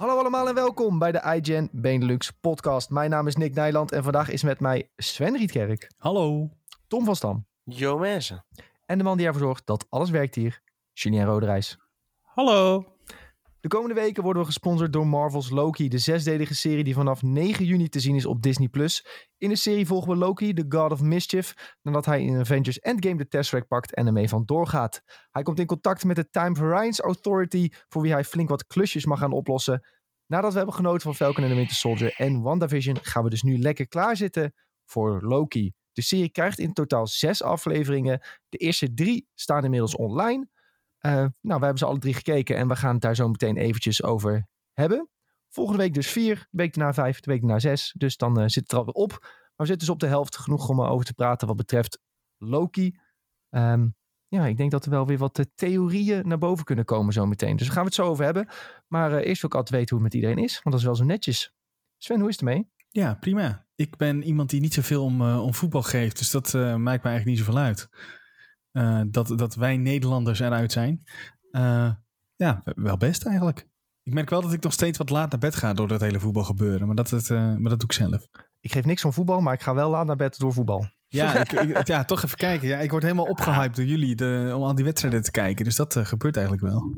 Hallo allemaal en welkom bij de iGen Benelux podcast. Mijn naam is Nick Nijland en vandaag is met mij Sven Rietkerk. Hallo. Tom van Stam. Yo mensen. En de man die ervoor zorgt dat alles werkt hier, Julien Roderijs. Hallo. De komende weken worden we gesponsord door Marvel's Loki, de 6-delige serie die vanaf 9 juni te zien is op Disney+. In de serie volgen we Loki, de God of Mischief, nadat hij in Avengers Endgame de Tesseract pakt en ermee vandoor gaat. Hij komt in contact met de Time Variance Authority, voor wie hij flink wat klusjes mag gaan oplossen. Nadat we hebben genoten van Falcon and the Winter Soldier en WandaVision, gaan we dus nu lekker klaarzitten voor Loki. De serie krijgt in totaal 6 afleveringen. De eerste 3 staan inmiddels online. We hebben ze alle 3 gekeken en we gaan het daar zo meteen eventjes over hebben. Volgende week dus 4, de week daarna 5, de week daarna 6. Dus dan zit het er alweer op. Maar we zitten dus op de helft, genoeg om over te praten wat betreft Loki. Ik denk dat er wel weer wat theorieën naar boven kunnen komen zo meteen. Dus daar gaan we het zo over hebben. Maar eerst wil ik altijd weten hoe het met iedereen is, want dat is wel zo netjes. Sven, hoe is het ermee? Ja, prima. Ik ben iemand die niet zoveel om voetbal geeft, dus dat maakt me eigenlijk niet zoveel uit. Dat wij Nederlanders eruit zijn. Wel best eigenlijk. Ik merk wel dat ik nog steeds wat laat naar bed ga door dat hele voetbalgebeuren. Maar dat doe ik zelf. Ik geef niks van voetbal, maar ik ga wel laat naar bed door voetbal. Ja, toch even kijken. Ja, ik word helemaal opgehyped door jullie om al die wedstrijden te kijken. Dus dat gebeurt eigenlijk wel.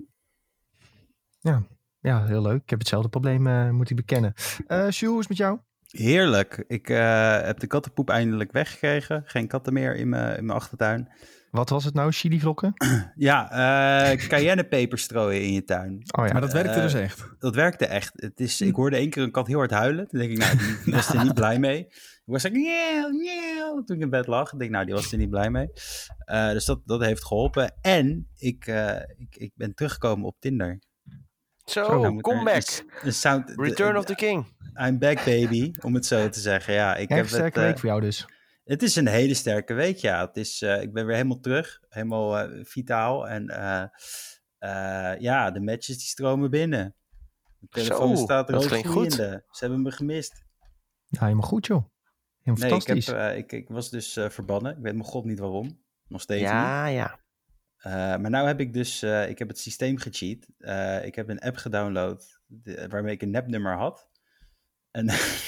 Ja, heel leuk. Ik heb hetzelfde probleem, moet ik bekennen. Sjoerd, hoe is het met jou? Heerlijk. Ik heb de kattenpoep eindelijk weggekregen. Geen katten meer in mijn achtertuin. Wat was het nou? Chilivlokken? Ja, cayennepeper strooien in je tuin. Oh ja. Maar dat werkte dus echt? Dat werkte echt. Ik hoorde 1 keer een kat heel hard huilen. Toen denk ik, die was er niet blij mee. Ik was like, toen ik in bed lag. Ik denk, die was er niet blij mee. Dus dat heeft geholpen. En ik ben teruggekomen op Tinder. Zo, comeback. Return of the King. I'm back, baby, om het zo te zeggen. Ja, ik heb een sterke week voor jou dus. Het is een hele sterke week, ja. Ik ben weer helemaal terug. Helemaal vitaal. En de matches die stromen binnen. De telefoon staat er ook gloeiende. Ze hebben me gemist. Ja, helemaal goed, joh. Helemaal fantastisch. Ik was dus verbannen. Ik weet mijn god niet waarom. Nog steeds niet. Ja. Maar nou heb ik dus... ik heb het systeem gecheat. Ik heb een app gedownload waarmee ik een nepnummer had. En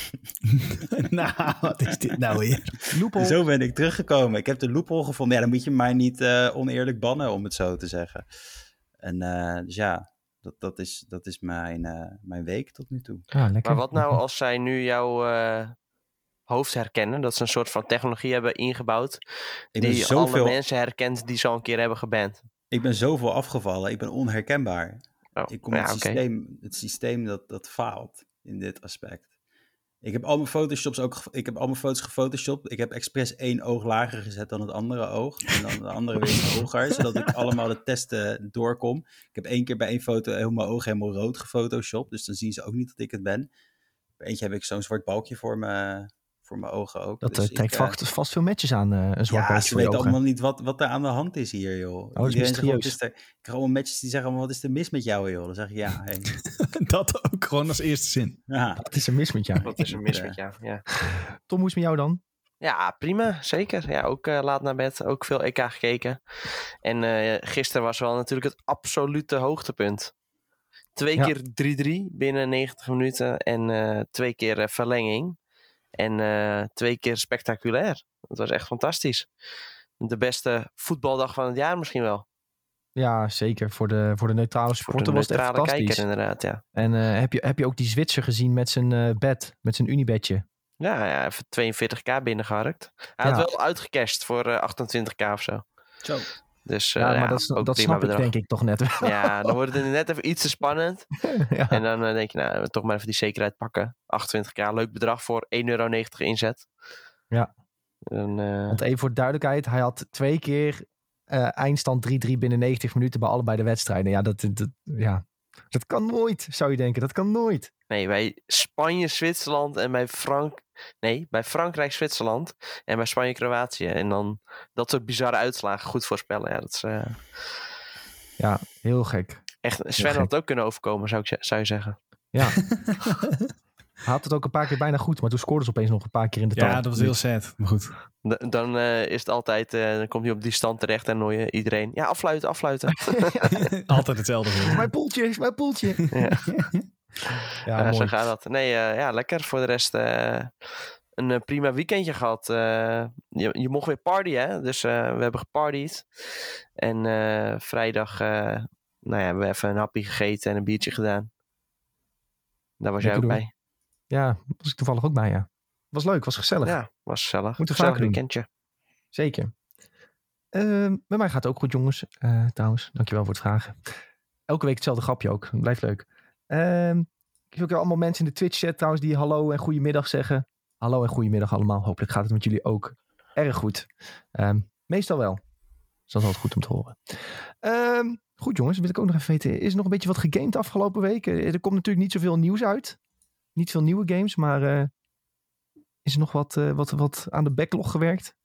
wat is dit nou weer? Loophole. Zo ben ik teruggekomen. Ik heb de loophole gevonden. Ja, dan moet je mij niet oneerlijk bannen, om het zo te zeggen. En dus ja, dat is mijn week tot nu toe. Ah, lekker. Maar wat nou als zij nu jouw hoofd herkennen? Dat ze een soort van technologie hebben ingebouwd die alle mensen herkent die ze al een keer hebben geband. Ik ben zoveel afgevallen. Ik ben onherkenbaar. Oh, het systeem dat faalt in dit aspect. Ik heb al mijn foto's gefotoshopt. Ik heb expres 1 oog lager gezet dan het andere oog. En dan de andere weer hoger, zodat ik allemaal de testen doorkom. Ik heb 1 keer bij 1 foto mijn oog helemaal rood gefotoshopt. Dus dan zien ze ook niet dat ik het ben. Bij eentje heb ik zo'n zwart balkje voor mijn ogen ook. Dat dus trekt vast veel matches aan, een zwart balkje voor je ogen. Ze weten allemaal niet wat er aan de hand is hier, joh. Dat is mysterieus. Ik krijg allemaal matches die zeggen, wat is er mis met jou, joh? Dan zeg ik, ja. Hey. Dat ook gewoon als eerste zin. Ja. Wat is er mis met jou? Wat is er mis met jou, ja. Tom, hoe is het met jou dan? Ja, prima, zeker. Ja, ook laat naar bed, ook veel EK gekeken. En gisteren was wel natuurlijk het absolute hoogtepunt. 2 keer 3-3 binnen 90 minuten en 2 keer verlenging. En 2 keer spectaculair. Dat was echt fantastisch. De beste voetbaldag van het jaar misschien wel. Ja, zeker. Voor de neutrale supporter was het echt fantastisch. Kijker, inderdaad, ja. En heb je ook die Zwitser gezien met zijn bed, met zijn Unibedje? Ja, even 42k binnengeharkt. Hij had wel uitgecashed voor 28k of zo. Zo. Dus, maar dat snap ik denk ik toch net wel. Ja, dan wordt het net even iets te spannend. Ja. En dan denk je, toch maar even die zekerheid pakken. 28k, leuk bedrag voor €1,90 inzet. Ja. En, want even voor de duidelijkheid, hij had 2 keer eindstand 3-3 binnen 90 minuten bij allebei de wedstrijden. Ja, dat kan nooit, zou je denken. Dat kan nooit. Nee, bij Spanje-Zwitserland en bij Frankrijk-Zwitserland en bij Spanje-Kroatië. En dan dat soort bizarre uitslagen goed voorspellen. Ja, dat is... Ja, heel gek. Echt, Sven had het ook kunnen overkomen, zou je zeggen. Ja. Hij had het ook een paar keer bijna goed, maar toen scoorde ze opeens nog een paar keer in de tand. Ja, dat was heel sad, maar goed. Dan is het altijd, dan komt hij op die stand terecht en hoor je iedereen, ja, afluiten. Altijd hetzelfde. Mijn poeltje. Ja. Ja, Zo mooi. gaat dat. Nee, lekker. Voor de rest een prima weekendje gehad. Je mocht weer partyen, hè? Dus we hebben gepartied. En vrijdag hebben we even een hapje gegeten en een biertje gedaan. Daar was jij Lekker ook doen. bij. Ja, was ik toevallig ook bij, ja. Was leuk, was gezellig. Ja, was gezellig. Moeten we Gezellig vaker doen. weekendje. Zeker. Bij mij gaat het ook goed, jongens. Trouwens, dankjewel voor het vragen. Elke week hetzelfde grapje ook. Blijft leuk. Ik zie ook allemaal mensen in de Twitch-chat trouwens die hallo en goedemiddag zeggen. Hallo en goedemiddag allemaal. Hopelijk gaat het met jullie ook erg goed. Meestal wel. Dus dat is altijd goed om te horen. Goed jongens, wil ik ook nog even weten. Is er nog een beetje wat gegamed afgelopen week? Er komt natuurlijk niet zoveel nieuws uit. Niet veel nieuwe games, maar is er nog wat aan de backlog gewerkt?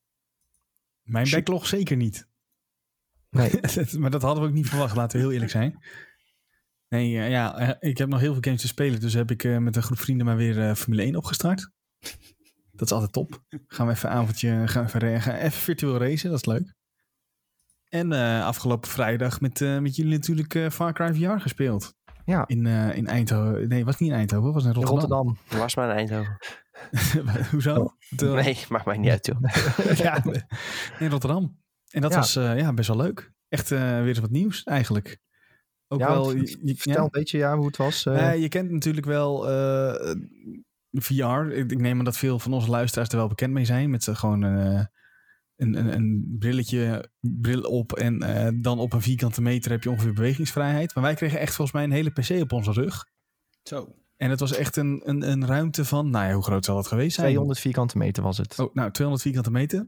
Mijn backlog zeker niet. Nee. Maar dat hadden we ook niet verwacht, laten we heel eerlijk zijn. Nee, ik heb nog heel veel games te spelen. Dus heb ik met een groep vrienden maar weer Formule 1 opgestart. Dat is altijd top. Gaan we even een avondje, gaan even virtueel racen, dat is leuk. En afgelopen vrijdag met jullie natuurlijk Far Cry VR gespeeld. Ja. In Eindhoven. Nee, was niet in Eindhoven, was in Rotterdam. Was maar in Eindhoven. Hoezo? Nee, maakt mij niet uit, joh. Ja, in Rotterdam. En dat was best wel leuk. Echt weer eens wat nieuws eigenlijk. Ook wel. Vertel een beetje hoe het was. Je kent natuurlijk wel VR. Ik neem aan dat veel van onze luisteraars er wel bekend mee zijn. Met gewoon een bril op en dan op een vierkante meter heb je ongeveer bewegingsvrijheid. Maar wij kregen echt volgens mij een hele PC op onze rug. Zo. En het was echt een ruimte van, hoe groot zal dat geweest zijn? 200 vierkante meter was het. 200 vierkante meter.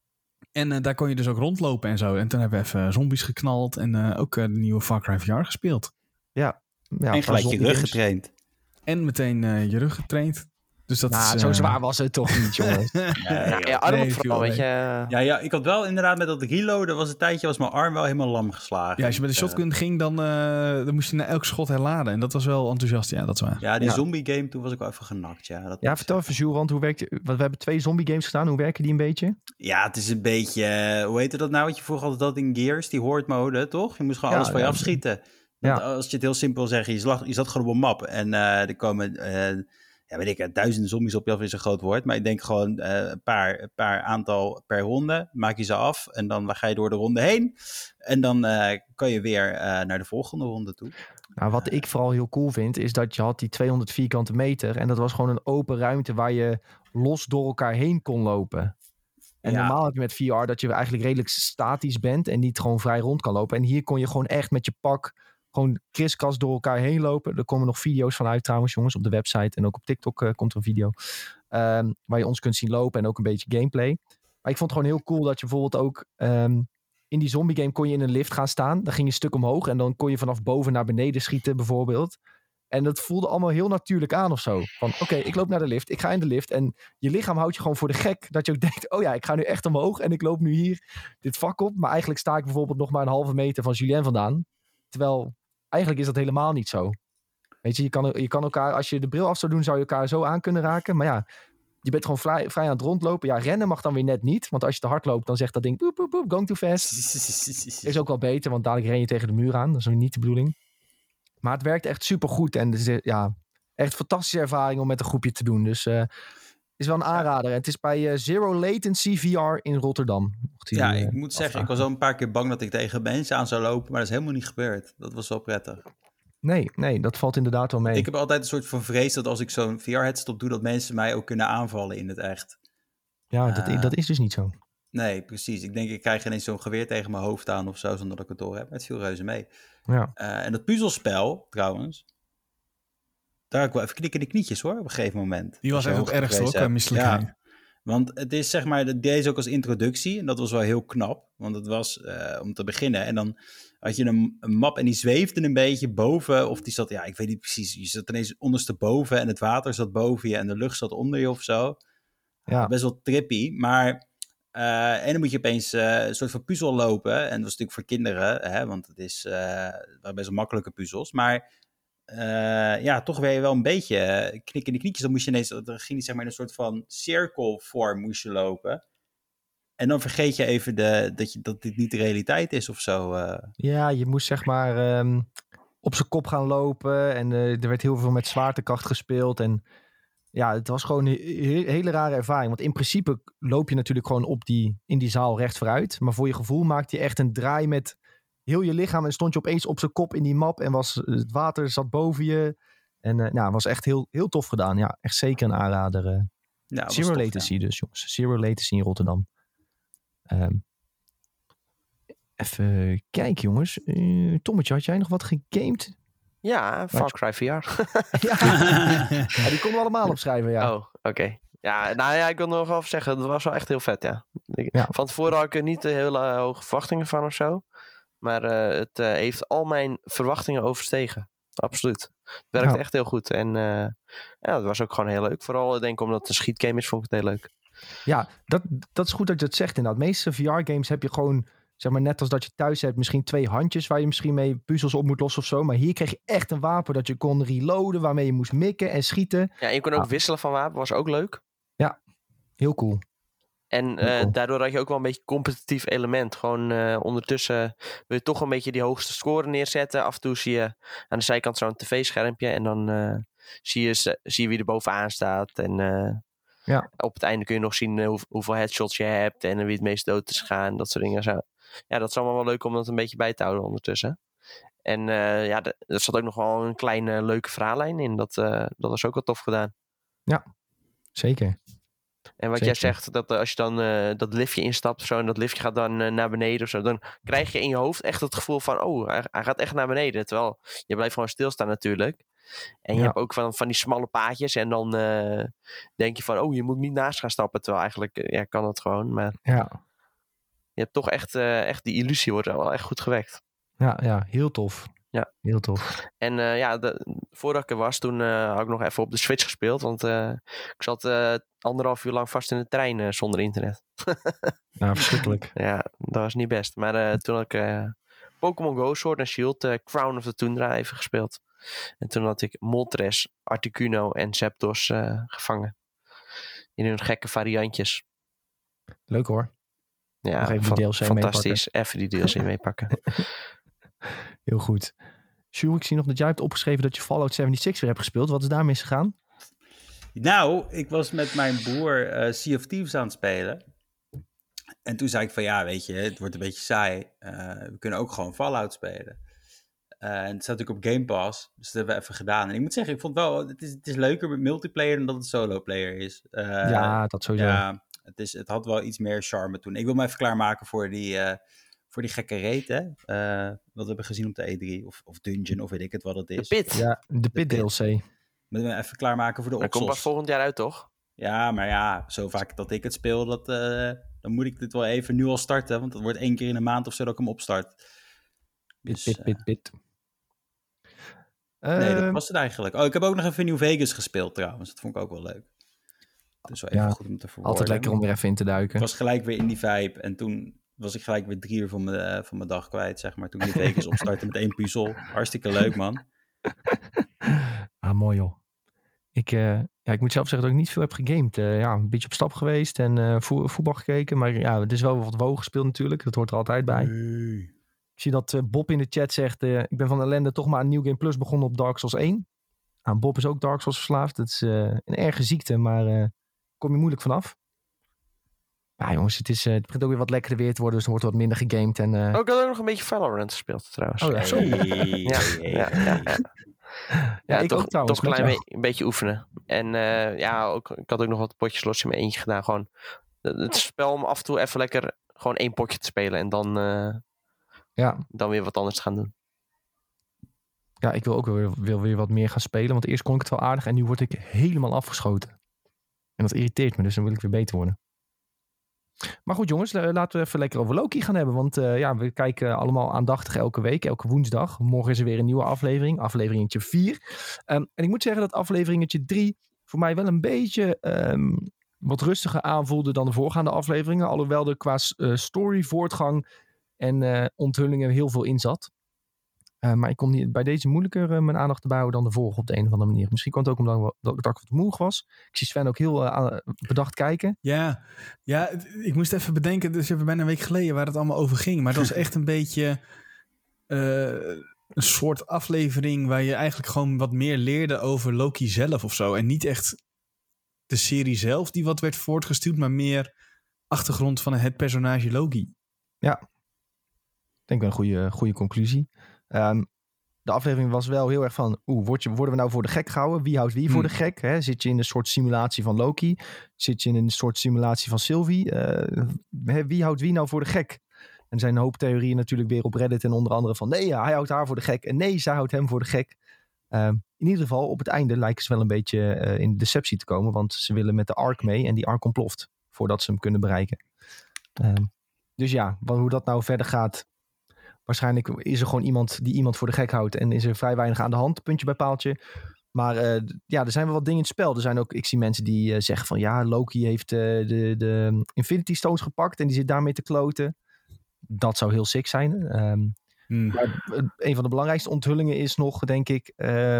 En daar kon je dus ook rondlopen en zo. En toen hebben we even zombies geknald en ook de nieuwe Far Cry VR gespeeld. Ja en gelijk je rug getraind. En meteen je rug getraind. Dus dat is, zo zwaar was het toch niet, jongens. Arm vooral, weet je. Ja, ik had wel inderdaad met dat reloaden was mijn arm wel helemaal lam geslagen. Ja, als je met de shotgun ging, dan moest je na elk schot herladen. En dat was wel enthousiast, ja, dat is waar. Ja, die zombie game, toen was ik wel even genakt. Ja, vertel even, Jules, want hoe werkt we hebben 2 zombie games gedaan. Hoe werken die een beetje? Ja, het is een beetje, hoe heette dat nou? Wat je vroeger altijd had in Gears, die horde mode, toch? Je moest gewoon alles van je afschieten. Want als je het heel simpel zegt, je zat gewoon op een map. En er komen... weet ik, duizenden zombies op je af is een groot woord. Maar ik denk gewoon een paar aantal per ronde. Maak je ze af en dan ga je door de ronde heen. En dan kan je weer naar de volgende ronde toe. Nou, wat ik vooral heel cool vind, is dat je had die 200 vierkante meter. En dat was gewoon een open ruimte waar je los door elkaar heen kon lopen. En normaal heb je met VR dat je eigenlijk redelijk statisch bent en niet gewoon vrij rond kan lopen. En hier kon je gewoon echt met je pak gewoon kriskras door elkaar heen lopen. Er komen nog video's van uit trouwens, jongens, op de website. En ook op TikTok komt er een video waar je ons kunt zien lopen en ook een beetje gameplay. Maar ik vond het gewoon heel cool dat je bijvoorbeeld ook... in die zombie game kon je in een lift gaan staan. Dan ging je een stuk omhoog en dan kon je vanaf boven naar beneden schieten bijvoorbeeld. En dat voelde allemaal heel natuurlijk aan of zo. Van oké, ik loop naar de lift, ik ga in de lift. En je lichaam houdt je gewoon voor de gek. Dat je ook denkt, oh ja, ik ga nu echt omhoog en ik loop nu hier dit vak op. Maar eigenlijk sta ik bijvoorbeeld nog maar een halve meter van Julien vandaan. Terwijl, eigenlijk is dat helemaal niet zo. Weet je, je kan elkaar, als je de bril af zou doen, zou je elkaar zo aan kunnen raken. Maar ja, je bent gewoon vrij aan het rondlopen. Ja, rennen mag dan weer net niet. Want als je te hard loopt, dan zegt dat ding... Boep, boep, boep, going too fast. Is ook wel beter, want dadelijk ren je tegen de muur aan. Dat is niet de bedoeling. Maar het werkt echt supergoed. En het is echt een fantastische ervaring om met een groepje te doen. Dus is wel een aanrader. En het is bij Zero Latency VR in Rotterdam. Ik moet zeggen, ik was al een paar keer bang dat ik tegen mensen aan zou lopen. Maar dat is helemaal niet gebeurd. Dat was wel prettig. Nee, dat valt inderdaad wel mee. Ik heb altijd een soort van vrees dat als ik zo'n VR-headset doe, dat mensen mij ook kunnen aanvallen in het echt. Ja, dat is dus niet zo. Nee, precies. Ik denk, ik krijg ineens zo'n geweer tegen mijn hoofd aan of zo, zonder dat ik het door heb. Maar het viel reuze mee. Ja. En dat puzzelspel, trouwens, daar heb ik wel even knikken in de knietjes hoor, op een gegeven moment. Die was echt op ergst hoor, qua misselijkheid. Ja, want het is zeg maar, dat deed ze ook als introductie. En dat was wel heel knap, want het was om te beginnen. En dan had je een map en die zweefde een beetje boven. Of die zat, ik weet niet precies. Je zat ineens ondersteboven en het water zat boven je en de lucht zat onder je of zo. Ja. Best wel trippy, maar... en dan moet je opeens een soort van puzzel lopen. En dat was natuurlijk voor kinderen, hè, want het waren best wel makkelijke puzzels. Maar toch weer je wel een beetje knik in de knietjes. Dan moest je ineens, dan ging je zeg maar in een soort van cirkelvorm moest je lopen. En dan vergeet je even dat dit niet de realiteit is of zo. Ja, je moest zeg maar... op zijn kop gaan lopen. En er werd heel veel met zwaartekracht gespeeld. En ja, het was gewoon een hele rare ervaring. Want in principe loop je natuurlijk gewoon in die zaal recht vooruit. Maar voor je gevoel maakte je echt een draai met heel je lichaam. En stond je opeens op zijn kop in die map. En het water zat boven je. En het was echt heel, heel tof gedaan. Ja, echt zeker een aanrader. Zero Latency dus, jongens. Zero Latency in Rotterdam. Even kijken, jongens. Tommetje, had jij nog wat gegamed? Ja, Far Cry VR. Ja, die konden we allemaal opschrijven, ja. Oh, oké. Ja, nou ja, ik wil nog wel even zeggen, dat was wel echt heel vet, ja. Van tevoren had ik er niet hele hoge verwachtingen van of zo. Maar het heeft al mijn verwachtingen overstegen. Absoluut. Het werkt echt heel goed. En het was ook gewoon heel leuk. Vooral, denk ik, omdat het een schietgame is, vond ik het heel leuk. Ja, dat is goed dat je het zegt inderdaad. De meeste VR-games heb je gewoon, zeg maar net als dat je thuis hebt, misschien 2 handjes waar je misschien mee puzzels op moet lossen of zo. Maar hier kreeg je echt een wapen dat je kon reloaden, waarmee je moest mikken en schieten. Ja, en je kon ook wisselen van wapen, was ook leuk. Ja, heel cool. En daardoor had je ook wel een beetje competitief element. Gewoon ondertussen wil je toch een beetje die hoogste score neerzetten. Af en toe zie je aan de zijkant zo'n tv-schermpje. En dan zie je wie er bovenaan staat. En op het einde kun je nog zien hoeveel headshots je hebt. En wie het meest dood is gegaan. Dat soort dingen. Zo. Ja, dat is allemaal wel leuk om dat een beetje bij te houden ondertussen. En er zat ook nog wel een kleine leuke verhaallijn in. Dat was ook wel tof gedaan. Ja, zeker. En wat jij zegt, dat als je dan dat liftje instapt of zo, en dat liftje gaat dan naar beneden of zo, dan krijg je in je hoofd echt het gevoel van, hij gaat echt naar beneden. Terwijl je blijft gewoon stilstaan natuurlijk. En je hebt ook van die smalle paadjes en dan denk je van, je moet niet naast gaan stappen. Terwijl eigenlijk, kan dat gewoon. Maar je hebt toch echt die illusie wordt wel echt goed gewekt. Ja, heel tof. Ja, heel tof. En voordat ik er was, toen had ik nog even op de Switch gespeeld. Want ik zat 1,5 uur lang vast in de trein zonder internet. Nou, verschrikkelijk. Ja, dat was niet best. Maar toen had ik Pokémon Go, Sword and Shield, Crown of the Tundra even gespeeld. En toen had ik Moltres, Articuno en Zapdos gevangen. In hun gekke variantjes. Leuk hoor. Ja, even die DLC fantastisch. Even die DLC meepakken. Heel goed. Sjoerd, ik zie nog dat jij hebt opgeschreven dat je Fallout 76 weer hebt gespeeld. Wat is daar misgegaan? Nou, ik was met mijn broer Sea of Thieves aan het spelen. En toen zei ik van weet je, het wordt een beetje saai. We kunnen ook gewoon Fallout spelen. En het staat natuurlijk op Game Pass. Dus dat hebben we even gedaan. En ik moet zeggen, ik vond wel, het is leuker met multiplayer dan dat het solo-player is. Ja, dat sowieso. Ja, het had wel iets meer charme toen. Ik wil me even klaarmaken voor die gekke raid, hè. Wat we hebben gezien op de E3. Of Dungeon, of weet ik het wat het is. De Pit. Ja, de Pit DLC. Moeten we even klaarmaken voor de Dat komt pas volgend jaar uit, toch? Ja, maar zo vaak dat ik het speel, dan moet ik dit wel even nu al starten. Want dat wordt 1 keer in een maand of zo dat ik hem opstart. Dus, Pit. Nee, dat was het eigenlijk. Ik heb ook nog even New Vegas gespeeld trouwens. Dat vond ik ook wel leuk. Dus wel even goed om te verwoorden. Altijd lekker om weer even in te duiken. Ik was gelijk weer in die vibe. En toen was ik gelijk weer 3 uur van mijn dag kwijt, zeg maar. Toen New Vegas opstartte met 1 puzzel. Hartstikke leuk, man. Mooi joh. Ik moet zelf zeggen dat ik niet veel heb gegamed. Een beetje op stap geweest en voetbal gekeken. Maar het is wel wat WoW gespeeld natuurlijk. Dat hoort er altijd bij. Nee. Ik zie dat Bob in de chat zegt, ik ben van ellende toch maar aan New Game Plus begonnen op Dark Souls 1. Bob is ook Dark Souls verslaafd. Het is een erge ziekte, maar kom je moeilijk vanaf. Ja jongens, het begint ook weer wat lekkerder weer te worden, dus er wordt wat minder gegamed. En, ik had ook nog een beetje Valorant gespeeld trouwens. Oh ja, zo. Ja, ik toch, ook trouwens. Toch een beetje oefenen. En ik had ook nog wat potjes los in mijn eentje gedaan. Gewoon het spel om af en toe even lekker gewoon 1 potje te spelen. En dan weer wat anders te gaan doen. Ja, ik wil ook weer wat meer gaan spelen. Want eerst kon ik het wel aardig en nu word ik helemaal afgeschoten. En dat irriteert me, dus dan wil ik weer beter worden. Maar goed jongens, laten we even lekker over Loki gaan hebben. Want we kijken allemaal aandachtig elke week, elke woensdag. Morgen is er weer een nieuwe aflevering, afleveringetje 4. En ik moet zeggen dat afleveringetje 3 voor mij wel een beetje wat rustiger aanvoelde dan de voorgaande afleveringen. Alhoewel er qua story, voortgang en onthullingen heel veel in zat. Maar ik kon bij deze moeilijker mijn aandacht erbij houden dan de vorige op de een of andere manier. Misschien kwam het ook omdat ik wat moe was. Ik zie Sven ook heel bedacht kijken. Ja, ik moest even bedenken. Dus we bijna een week geleden waar het allemaal over ging. Maar het was echt een beetje een soort aflevering waar je eigenlijk gewoon wat meer leerde over Loki zelf of zo. En niet echt de serie zelf die wat werd voortgestuurd, maar meer achtergrond van het personage Loki. Ja, ik denk wel een goede conclusie. De aflevering was wel heel erg van, worden we nou voor de gek gehouden? Wie houdt wie voor de gek? Hè? Zit je in een soort simulatie van Loki? Zit je in een soort simulatie van Sylvie? Wie houdt wie nou voor de gek? En er zijn een hoop theorieën natuurlijk weer op Reddit en onder andere van, nee, hij houdt haar voor de gek. En nee, zij houdt hem voor de gek. In ieder geval, op het einde lijken ze wel een beetje in deceptie te komen, want ze willen met de Ark mee en die Ark ontploft voordat ze hem kunnen bereiken. Dus ja, hoe dat nou verder gaat, waarschijnlijk is er gewoon iemand die iemand voor de gek houdt en is er vrij weinig aan de hand, puntje bij paaltje. Maar er zijn wel wat dingen in het spel. Er zijn ook, ik zie mensen die zeggen van ja, Loki heeft de Infinity Stones gepakt en die zit daarmee te kloten. Dat zou heel sick zijn. Maar een van de belangrijkste onthullingen is nog, denk ik,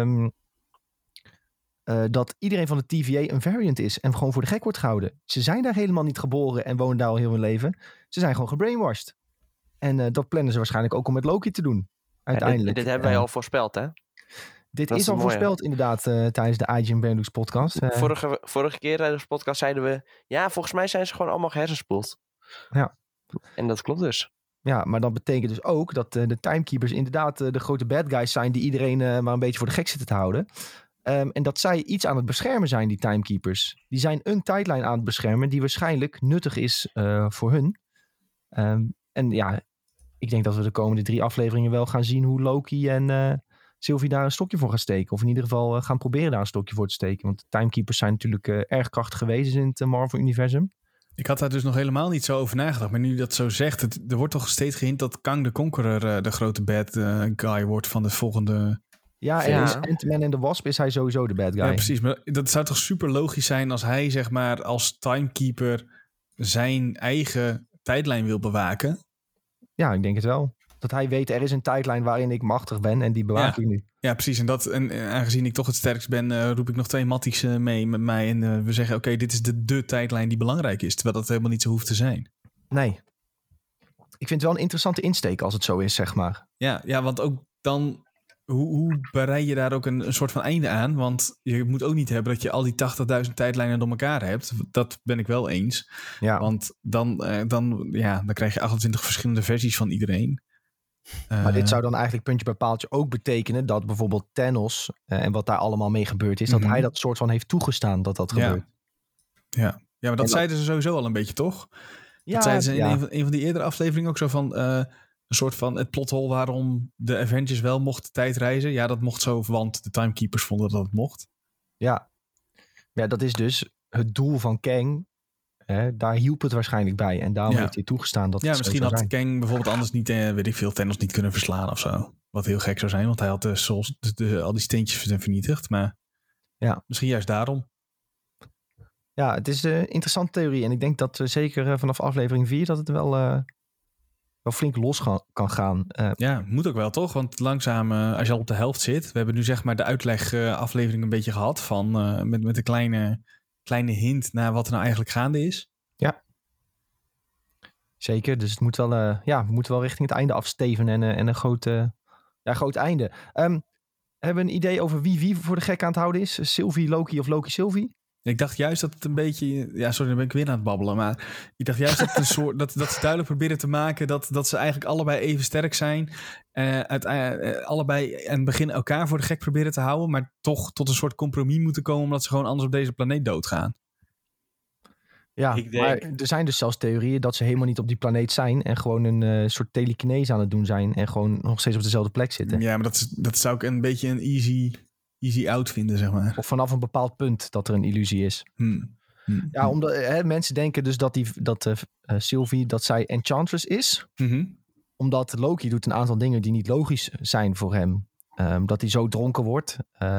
dat iedereen van de TVA een variant is en gewoon voor de gek wordt gehouden. Ze zijn daar helemaal niet geboren en wonen daar al heel hun leven. Ze zijn gewoon gebrainwashed. En dat plannen ze waarschijnlijk ook om met Loki te doen. Uiteindelijk. Dit hebben wij al voorspeld, hè? Dit is al voorspeld inderdaad tijdens de IGN Benelux podcast. Vorige keer tijdens de podcast zeiden we, ja, volgens mij zijn ze gewoon allemaal gehersenspoeld. Ja. En dat klopt dus. Ja, maar dat betekent dus ook dat de timekeepers inderdaad de grote bad guys zijn die iedereen maar een beetje voor de gek zitten te houden. En dat zij iets aan het beschermen zijn, die timekeepers. Die zijn een tijdlijn aan het beschermen die waarschijnlijk nuttig is voor hun. En ja, ik denk dat we de komende 3 afleveringen wel gaan zien hoe Loki en Sylvie daar een stokje voor gaan steken. Of in ieder geval gaan proberen daar een stokje voor te steken. Want de timekeepers zijn natuurlijk erg krachtig geweest in het Marvel-universum. Ik had daar dus nog helemaal niet zo over nagedacht. Maar nu je dat zo zegt, er wordt toch steeds gehint dat Kang the Conqueror de grote bad guy wordt van de volgende... Ja, en is Ant-Man en the Wasp is hij sowieso de bad guy. Ja, precies. Maar dat zou toch super logisch zijn als hij, zeg maar, als timekeeper zijn eigen tijdlijn wil bewaken? Ja, ik denk het wel. Dat hij weet, er is een tijdlijn waarin ik machtig ben en die bewaak ik nu. Ja, precies. En aangezien ik toch het sterkst ben, roep ik nog 2 matties mee met mij. En we zeggen, oké, dit is de tijdlijn die belangrijk is. Terwijl dat helemaal niet zo hoeft te zijn. Nee. Ik vind het wel een interessante insteek als het zo is, zeg maar. Ja, want ook dan... Hoe bereid je daar ook een soort van einde aan? Want je moet ook niet hebben dat je al die 80.000 tijdlijnen door elkaar hebt. Dat ben ik wel eens. Ja. Want dan krijg je 28 verschillende versies van iedereen. Maar dit zou dan eigenlijk puntje bij paaltje ook betekenen dat bijvoorbeeld Thanos en wat daar allemaal mee gebeurd is, dat hij dat soort van heeft toegestaan dat gebeurt. Ja, maar dat zeiden ze sowieso al een beetje, toch? Dat zeiden ze in een van die eerdere afleveringen ook zo van... een soort van het plothol waarom de Avengers wel mochten tijdreizen. Ja, dat mocht zo, want de timekeepers vonden dat het mocht. Ja, dat is dus het doel van Kang. Daar hielp het waarschijnlijk bij. En daarom heeft hij toegestaan dat het misschien had Kang bijvoorbeeld anders niet, weet ik veel, Thanos niet kunnen verslaan of zo. Wat heel gek zou zijn, want hij had al die steentjes vernietigd. Maar misschien juist daarom. Ja, het is een interessante theorie. En ik denk dat zeker vanaf aflevering 4 dat het wel flink los kan gaan. Moet ook wel, toch? Want langzaam, als je al op de helft zit... We hebben nu zeg maar de uitleg aflevering een beetje gehad... van met een kleine hint naar wat er nou eigenlijk gaande is. Ja. Zeker, dus het moet wel, we moeten wel richting het einde afsteven... en een groot einde. Hebben we een idee over wie voor de gek aan het houden is? Sylvie, Loki of Loki, Sylvie? Ik dacht juist dat het een beetje... Ja, sorry, dan ben ik weer aan het babbelen. Maar ik dacht juist dat het een soort... dat ze duidelijk proberen te maken... dat ze eigenlijk allebei even sterk zijn. Allebei aan het begin elkaar voor de gek proberen te houden. Maar toch tot een soort compromis moeten komen... omdat ze gewoon anders op deze planeet doodgaan. Ja, maar er zijn dus zelfs theorieën... dat ze helemaal niet op die planeet zijn... en gewoon een soort telekinese aan het doen zijn... en gewoon nog steeds op dezelfde plek zitten. Ja, maar dat zou ik een beetje een easy out vinden, zeg maar. Of vanaf een bepaald punt dat er een illusie is. Ja, omdat mensen denken dus dat Sylvie, dat zij Enchantress is. Omdat Loki doet een aantal dingen die niet logisch zijn voor hem. Dat hij zo dronken wordt.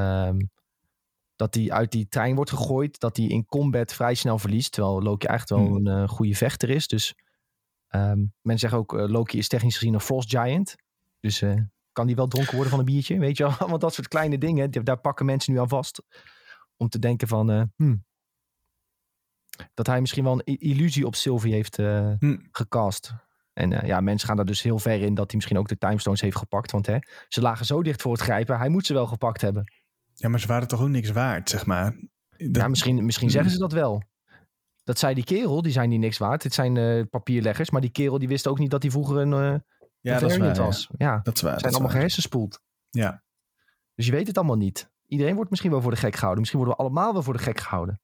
Dat hij uit die trein wordt gegooid. Dat hij in combat vrij snel verliest. Terwijl Loki echt wel een goede vechter is. Dus mensen zeggen ook, Loki is technisch gezien een Frost Giant. Dus... kan die wel dronken worden van een biertje? Weet je wel, allemaal dat soort kleine dingen. Daar pakken mensen nu aan vast. Om te denken van... dat hij misschien wel een illusie op Sylvie heeft gecast. En mensen gaan daar dus heel ver in dat hij misschien ook de timestones heeft gepakt. Want ze lagen zo dicht voor het grijpen. Hij moet ze wel gepakt hebben. Ja, maar ze waren toch ook niks waard, zeg maar. Ja, misschien zeggen ze dat wel. Dat zei die kerel, die zijn niet niks waard. Dit zijn papierleggers. Maar die kerel die wist ook niet dat hij vroeger een variant was. Ja, dat is waar. Ze zijn allemaal gehersenspoeld. Ja. Dus je weet het allemaal niet. Iedereen wordt misschien wel voor de gek gehouden. Misschien worden we allemaal wel voor de gek gehouden.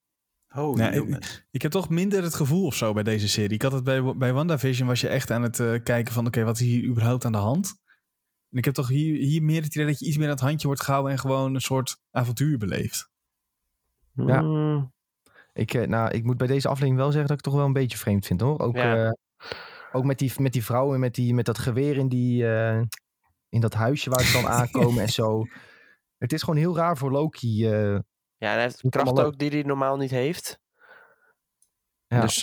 Ik heb toch minder het gevoel of zo bij deze serie. Ik had het bij WandaVision was je echt aan het kijken van... Oké, wat is hier überhaupt aan de hand? En ik heb toch hier meer het idee dat je iets meer aan het handje wordt gehouden... en gewoon een soort avontuur beleeft. Ja. Ik moet bij deze aflevering wel zeggen dat ik het toch wel een beetje vreemd vind, hoor. Ook met die vrouw en met dat geweer in dat huisje waar ze dan aankomen en zo. Het is gewoon heel raar voor Loki. Ja, hij heeft kracht ook die hij normaal niet heeft. Ja. Dus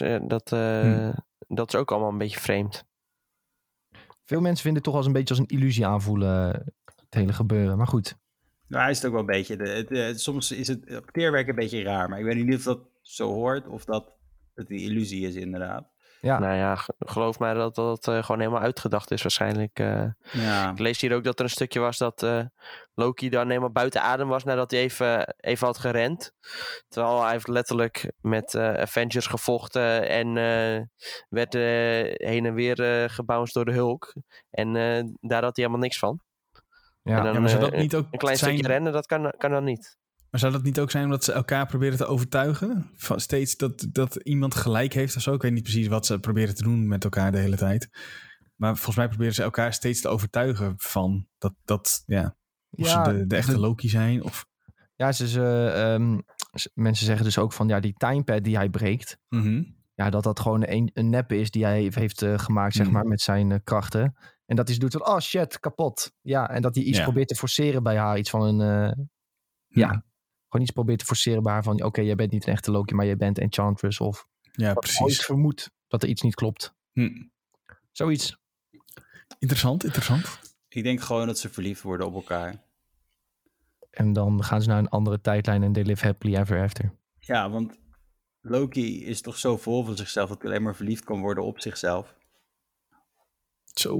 dat is ook allemaal een beetje vreemd. Veel mensen vinden het toch als een beetje als een illusie aanvoelen, het hele gebeuren. Maar goed. Nou, hij is het ook wel een beetje. Soms is het acteerwerk een beetje raar. Maar ik weet niet of dat zo hoort of dat het een illusie is inderdaad. Ja. Nou ja, geloof mij dat gewoon helemaal uitgedacht is waarschijnlijk. Ik lees hier ook dat er een stukje was dat Loki dan helemaal buiten adem was nadat hij even had gerend. Terwijl hij heeft letterlijk met Avengers gevochten en werd heen en weer gebounced door de Hulk. En daar had hij helemaal niks van. Ja, en dan, maar zou dat niet ook een klein stukje rennen, dat kan dan niet. Maar zou dat niet ook zijn omdat ze elkaar proberen te overtuigen? Van steeds dat iemand gelijk heeft of zo? Ik weet niet precies wat ze proberen te doen met elkaar de hele tijd. Maar volgens mij proberen ze elkaar steeds te overtuigen van of ze de echte Loki zijn. Of... Ja, mensen zeggen dus ook van die timepad die hij breekt. Mm-hmm. Ja, dat gewoon een nep is die hij heeft gemaakt, zeg maar, met zijn krachten. En dat hij doet van, oh shit, kapot. Ja, en dat hij iets probeert te forceren bij haar. Iets van een, gewoon iets probeert te forceren bij haar van, oké, jij bent niet een echte Loki, maar jij bent Enchantress. Of precies. Ik vermoed dat er iets niet klopt. Zoiets. Interessant. Ik denk gewoon dat ze verliefd worden op elkaar. En dan gaan ze naar een andere tijdlijn en they live happily ever after. Ja, want Loki is toch zo vol van zichzelf dat hij alleen maar verliefd kan worden op zichzelf. Zo.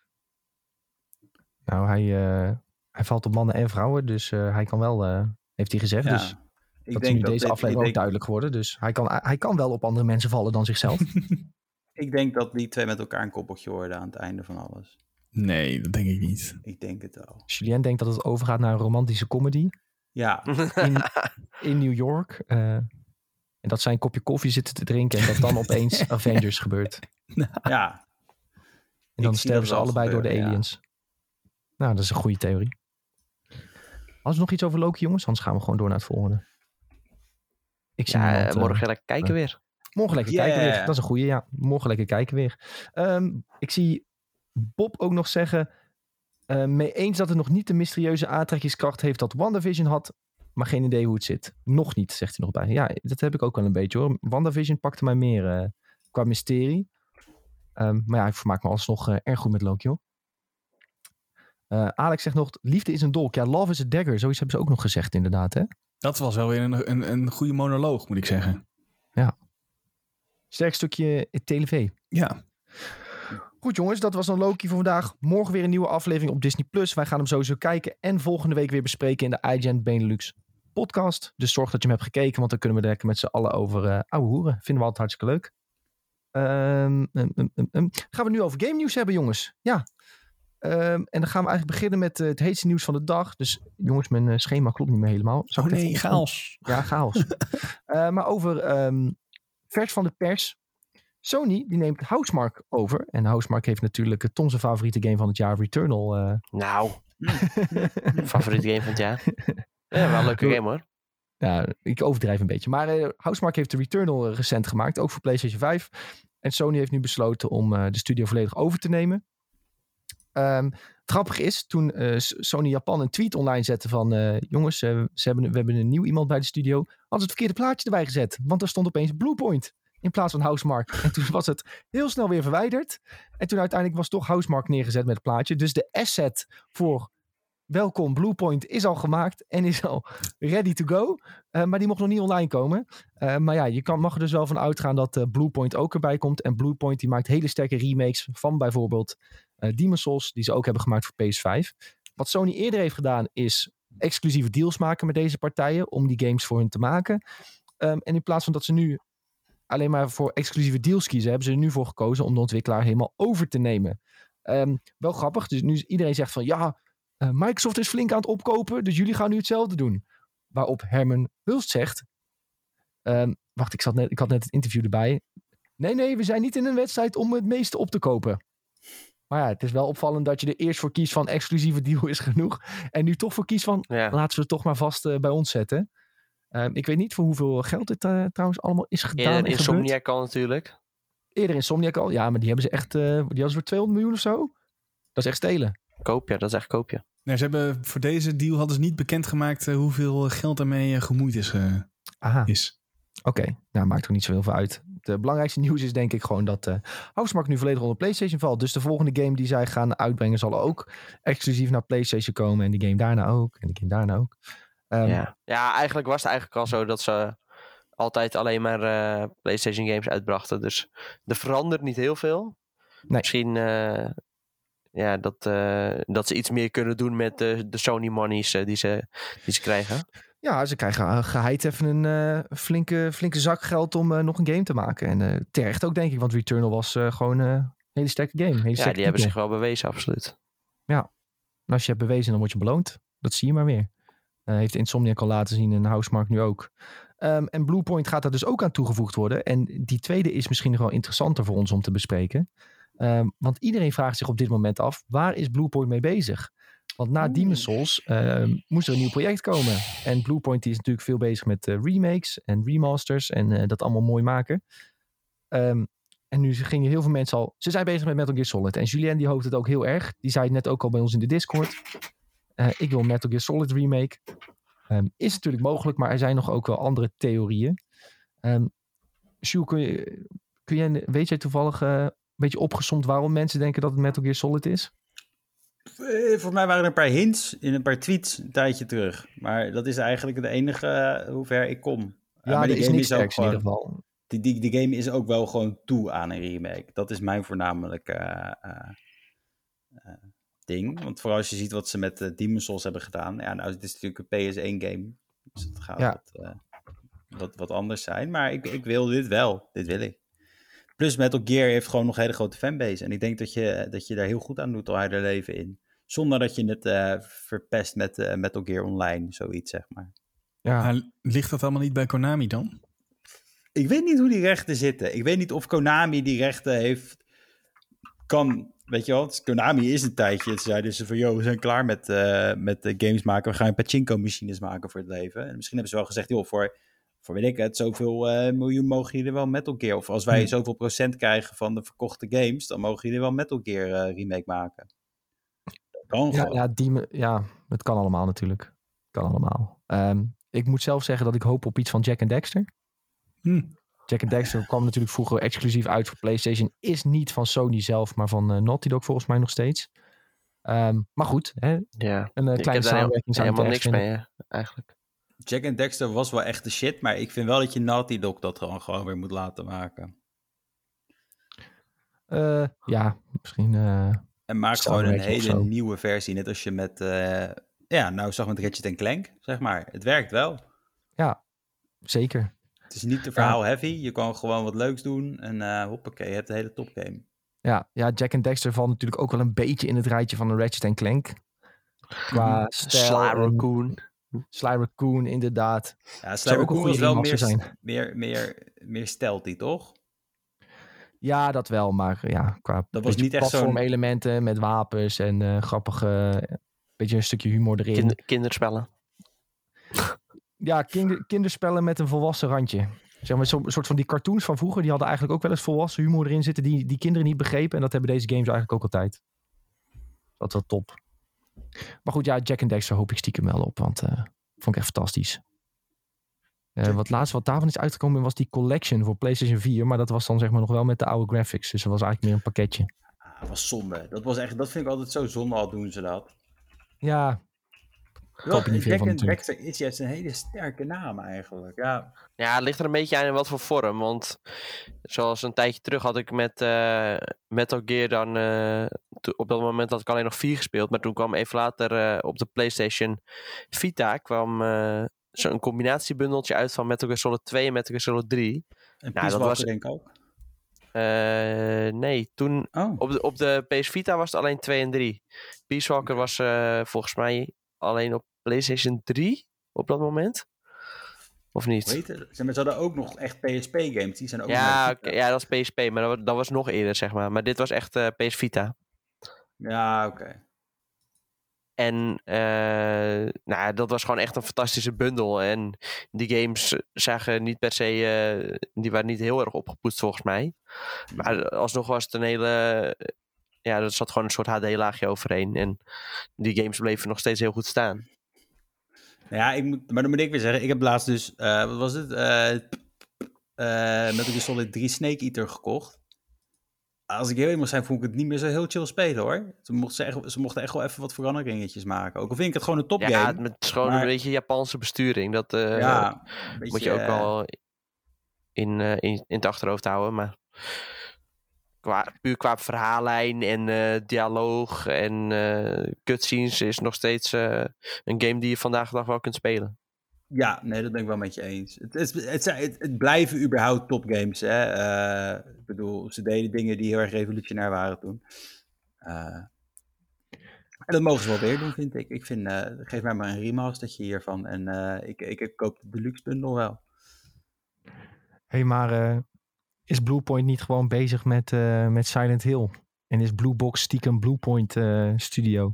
Nou, hij valt op mannen en vrouwen, dus hij kan wel, heeft hij gezegd. Dus dat is nu deze aflevering ook duidelijk geworden. Dus hij kan wel op andere mensen vallen dan zichzelf. Ik denk dat die twee met elkaar een koppeltje worden aan het einde van alles. Nee, dat denk ik niet. Ik denk het wel. Julien denkt dat het overgaat naar een romantische comedy. Ja. In New York. En dat zij een kopje koffie zitten te drinken en dat dan opeens Avengers gebeurt. Ja. En dan sterven ze allebei door de aliens. Ja. Nou, dat is een goede theorie. Als er nog iets over Loki, jongens, anders gaan we gewoon door naar het volgende. Ik zie morgen lekker kijken weer. Morgen lekker kijken weer. Dat is een goede, ja. Morgen lekker kijken weer. Ik zie Bob ook nog zeggen, mee eens dat het nog niet de mysterieuze aantrekkingskracht heeft dat WandaVision had, maar geen idee hoe het zit. Nog niet, zegt hij nog bij. Ja, dat heb ik ook wel een beetje, hoor. WandaVision pakte mij meer qua mysterie. Maar ja, ik vermaak me alsnog erg goed met Loki, hoor. Alex zegt nog, liefde is een dolk. Ja, love is a dagger. Zoiets hebben ze ook nog gezegd, inderdaad, hè? Dat was wel weer een goede monoloog, moet ik zeggen. Ja. Sterk stukje tv. Ja. Goed, jongens, dat was dan Loki voor vandaag. Morgen weer een nieuwe aflevering op Disney+. Wij gaan hem sowieso kijken en volgende week weer bespreken in de iGen Benelux podcast. Dus zorg dat je hem hebt gekeken, want dan kunnen we lekker met z'n allen over ouwe hoeren. Vinden we altijd hartstikke leuk. Gaan we nu over game nieuws hebben, jongens. Ja. En dan gaan we eigenlijk beginnen met het heetste nieuws van de dag. Dus jongens, mijn schema klopt niet meer helemaal. Chaos. Ja, chaos. Maar over vers van de pers. Sony, die neemt Housemarque over. En Housemarque heeft natuurlijk Tom zijn favoriete game van het jaar, Returnal. Nou, favoriete game van het jaar. Ja, wel een leuke game, hoor. Ja, ik overdrijf een beetje. Maar Housemarque heeft de Returnal recent gemaakt, ook voor PlayStation 5. En Sony heeft nu besloten om de studio volledig over te nemen. Het grappige is, toen Sony Japan een tweet online zette van jongens, we hebben een nieuw iemand bij de studio, hadden ze het verkeerde plaatje erbij gezet. Want er stond opeens Bluepoint in plaats van Housemarque. En toen was het heel snel weer verwijderd. En toen uiteindelijk was toch Housemarque neergezet met het plaatje. Dus de asset voor welkom. Bluepoint is al gemaakt en is al ready to go. Maar die mocht nog niet online komen. Maar ja, je mag er dus wel van uitgaan dat Bluepoint ook erbij komt. En Bluepoint die maakt hele sterke remakes van bijvoorbeeld Demon's Souls, die ze ook hebben gemaakt voor PS5. Wat Sony eerder heeft gedaan is exclusieve deals maken met deze partijen om die games voor hun te maken. En in plaats van dat ze nu alleen maar voor exclusieve deals kiezen, hebben ze er nu voor gekozen om de ontwikkelaar helemaal over te nemen. Wel grappig, dus nu iedereen zegt van ja, Microsoft is flink aan het opkopen, dus jullie gaan nu hetzelfde doen. Waarop Herman Hulst zegt, wacht, ik had net het interview erbij. Nee, we zijn niet in een wedstrijd om het meeste op te kopen. Maar ja, het is wel opvallend dat je er eerst voor kiest van exclusieve deal is genoeg. En nu toch voor kiest van, laten we het toch maar vast bij ons zetten. Ik weet niet voor hoeveel geld dit trouwens allemaal is gedaan. Eerder Insomniac al natuurlijk. Eerder Insomniac al, ja, maar die hebben ze echt, die hadden ze voor 200 miljoen of zo. Dat is echt stelen. Koopje, dat is echt koopje. Nee, ze hebben voor deze deal hadden ze niet bekendgemaakt hoeveel geld ermee gemoeid is. Oké, nou maakt er niet zo heel veel uit. Het belangrijkste nieuws is denk ik gewoon dat Housemarque nu volledig onder PlayStation valt. Dus de volgende game die zij gaan uitbrengen zal ook exclusief naar PlayStation komen. En die game daarna ook. En die game daarna ook. Ja, eigenlijk was het eigenlijk al zo dat ze altijd alleen maar PlayStation games uitbrachten. Dus er verandert niet heel veel. Nee. Misschien dat ze iets meer kunnen doen met de Sony monies die ze krijgen. Ja, ze krijgen geheid even een flinke zak geld om nog een game te maken. En terecht ook denk ik, want Returnal was gewoon een hele sterke game. Die hebben zich wel bewezen, absoluut. Ja, en als je hebt bewezen, dan word je beloond. Dat zie je maar weer. Heeft Insomniac al laten zien en Housemarque nu ook. En Bluepoint gaat daar dus ook aan toegevoegd worden. En die tweede is misschien nog wel interessanter voor ons om te bespreken. Want iedereen vraagt zich op dit moment af, waar is Bluepoint mee bezig? Want na Demon's Souls moest er een nieuw project komen. En Bluepoint die is natuurlijk veel bezig met remakes en remasters en dat allemaal mooi maken. En nu gingen heel veel mensen al... Ze zijn bezig met Metal Gear Solid. En Julien die hoopt het ook heel erg. Die zei het net ook al bij ons in de Discord. Ik wil een Metal Gear Solid remake. Is natuurlijk mogelijk, maar er zijn nog ook wel andere theorieën. Jules, weet jij toevallig een beetje opgesomd waarom mensen denken dat het Metal Gear Solid is? Voor mij waren er een paar hints in een paar tweets een tijdje terug. Maar dat is eigenlijk de enige hoe ver ik kom. Ja, maar die is game niks is ook sterks in gewoon, ieder geval. Die game is ook wel gewoon toe aan een remake. Dat is mijn voornamelijke ding. Want vooral als je ziet wat ze met Demon's Souls hebben gedaan. Ja, nou, het is natuurlijk een PS1 game. Dus het gaat wat anders zijn. Maar ik wil dit wel. Dit wil ik. Plus Metal Gear heeft gewoon nog een hele grote fanbase. En ik denk dat je daar heel goed aan doet al je leven in. Zonder dat je het verpest met Metal Gear Online. Zoiets, zeg maar. Ja. Maar ligt dat allemaal niet bij Konami dan? Ik weet niet hoe die rechten zitten. Ik weet niet of Konami die rechten heeft. Weet je wel, Konami is een tijdje. Zeiden ze van, we zijn klaar met games maken. We gaan pachinko machines maken voor het leven. En misschien hebben ze wel gezegd, voor weet ik het, zoveel miljoen mogen jullie wel Metal Gear. Of als wij zoveel procent krijgen van de verkochte games, dan mogen jullie wel Metal Gear remake maken. Het kan allemaal natuurlijk. Kan allemaal. Ik moet zelf zeggen dat ik hoop op iets van Jack and Dexter. Jack and Dexter kwam natuurlijk vroeger exclusief uit voor PlayStation. Is niet van Sony zelf, maar van Naughty Dog volgens mij nog steeds. Maar goed, hè? Ja. Een kleine samenwerking zou helemaal niks mee, eigenlijk. Jack and Dexter was wel echt de shit, maar ik vind wel dat je Naughty Dog dat gewoon weer moet laten maken. Misschien... en maak gewoon een hele nieuwe versie, net als je met... zag met Ratchet & Clank, zeg maar. Het werkt wel. Ja, zeker. Het is niet te verhaal heavy, je kan gewoon wat leuks doen en hoppakee, je hebt een hele topgame. Ja, Jack and Dexter valt natuurlijk ook wel een beetje in het rijtje van een Ratchet & Clank. Qua stijl. Sly Raccoon, inderdaad. Ja, Sly Raccoon was wel meer stealthy, toch? Ja, dat wel, maar qua dat was niet echt zo'n elementen met wapens en grappige, beetje een stukje humor erin. Kinderspellen. Ja, kinderspellen met een volwassen randje. Zeg maar, zo'n soort van die cartoons van vroeger, die hadden eigenlijk ook wel eens volwassen humor erin zitten, die kinderen niet begrepen. En dat hebben deze games eigenlijk ook altijd. Dat is wel top. Maar goed, Jack and Dexter hoop ik stiekem wel op, want vond ik echt fantastisch. Wat daarvan is uitgekomen was die collection voor PlayStation 4, maar dat was dan zeg maar nog wel met de oude graphics. Dus dat was eigenlijk meer een pakketje. Dat was zonde. Dat vind ik altijd zo zonde, al doen ze dat. Ja, koop je niet veel Jack van and natuurlijk. Dexter is juist een hele sterke naam eigenlijk. Ja, Ja, het ligt er een beetje aan in wat voor vorm. Want zoals een tijdje terug had ik met Metal Gear dan... op dat moment had ik alleen nog 4 gespeeld. Maar toen kwam even later op de PlayStation Vita... kwam zo'n combinatiebundeltje uit van Metal Gear Solid 2 en Metal Gear Solid 3. en Nou, Peace dat Walker was- denk ik ook. Nee, toen... Oh, Op de PS Vita was het alleen 2 en 3. Peace Walker was volgens mij alleen op PlayStation 3 op dat moment. Of niet? weet het? Ze hadden ook nog echt PSP-games. Die zijn ook Ja, naar de oké, Vita. ja, dat is PSP, maar dat was nog eerder, zeg maar. Maar dit was echt PS Vita. Ja, oké. En nou, dat was gewoon echt een fantastische bundel. En die games zagen niet per se... die waren niet heel erg opgepoetst volgens mij. Maar alsnog was het een hele... ja, er zat gewoon een soort HD-laagje overheen. En die games bleven nog steeds heel goed staan. Ja, maar dan moet ik weer zeggen, ik heb laatst dus, wat was het? Metal Gear Solid 3 Snake Eater gekocht. Als ik heel eerlijk moet zijn, vond ik het niet meer zo heel chill spelen hoor. Ze mochten echt wel even wat veranderingetjes maken. Ook al vind ik het gewoon een topgame. Ja, het is gewoon maar- een beetje Japanse besturing. Dat ja, een beetje, moet je ook wel in het achterhoofd houden. Maar puur qua verhaallijn en dialoog en cutscenes is nog steeds een game die je vandaag de dag wel kunt spelen. Ja, nee, dat ben ik wel met je eens. Het blijven überhaupt topgames, hè. Ik bedoel, ze deden dingen die heel erg revolutionair waren toen. En dat mogen ze wel weer doen, vind ik. Ik vind, geef mij maar een remastertje hiervan. En ik koop de deluxe bundle wel. Hé, maar is Bluepoint niet gewoon bezig met Silent Hill? En is Bluebox stiekem Bluepoint Studio?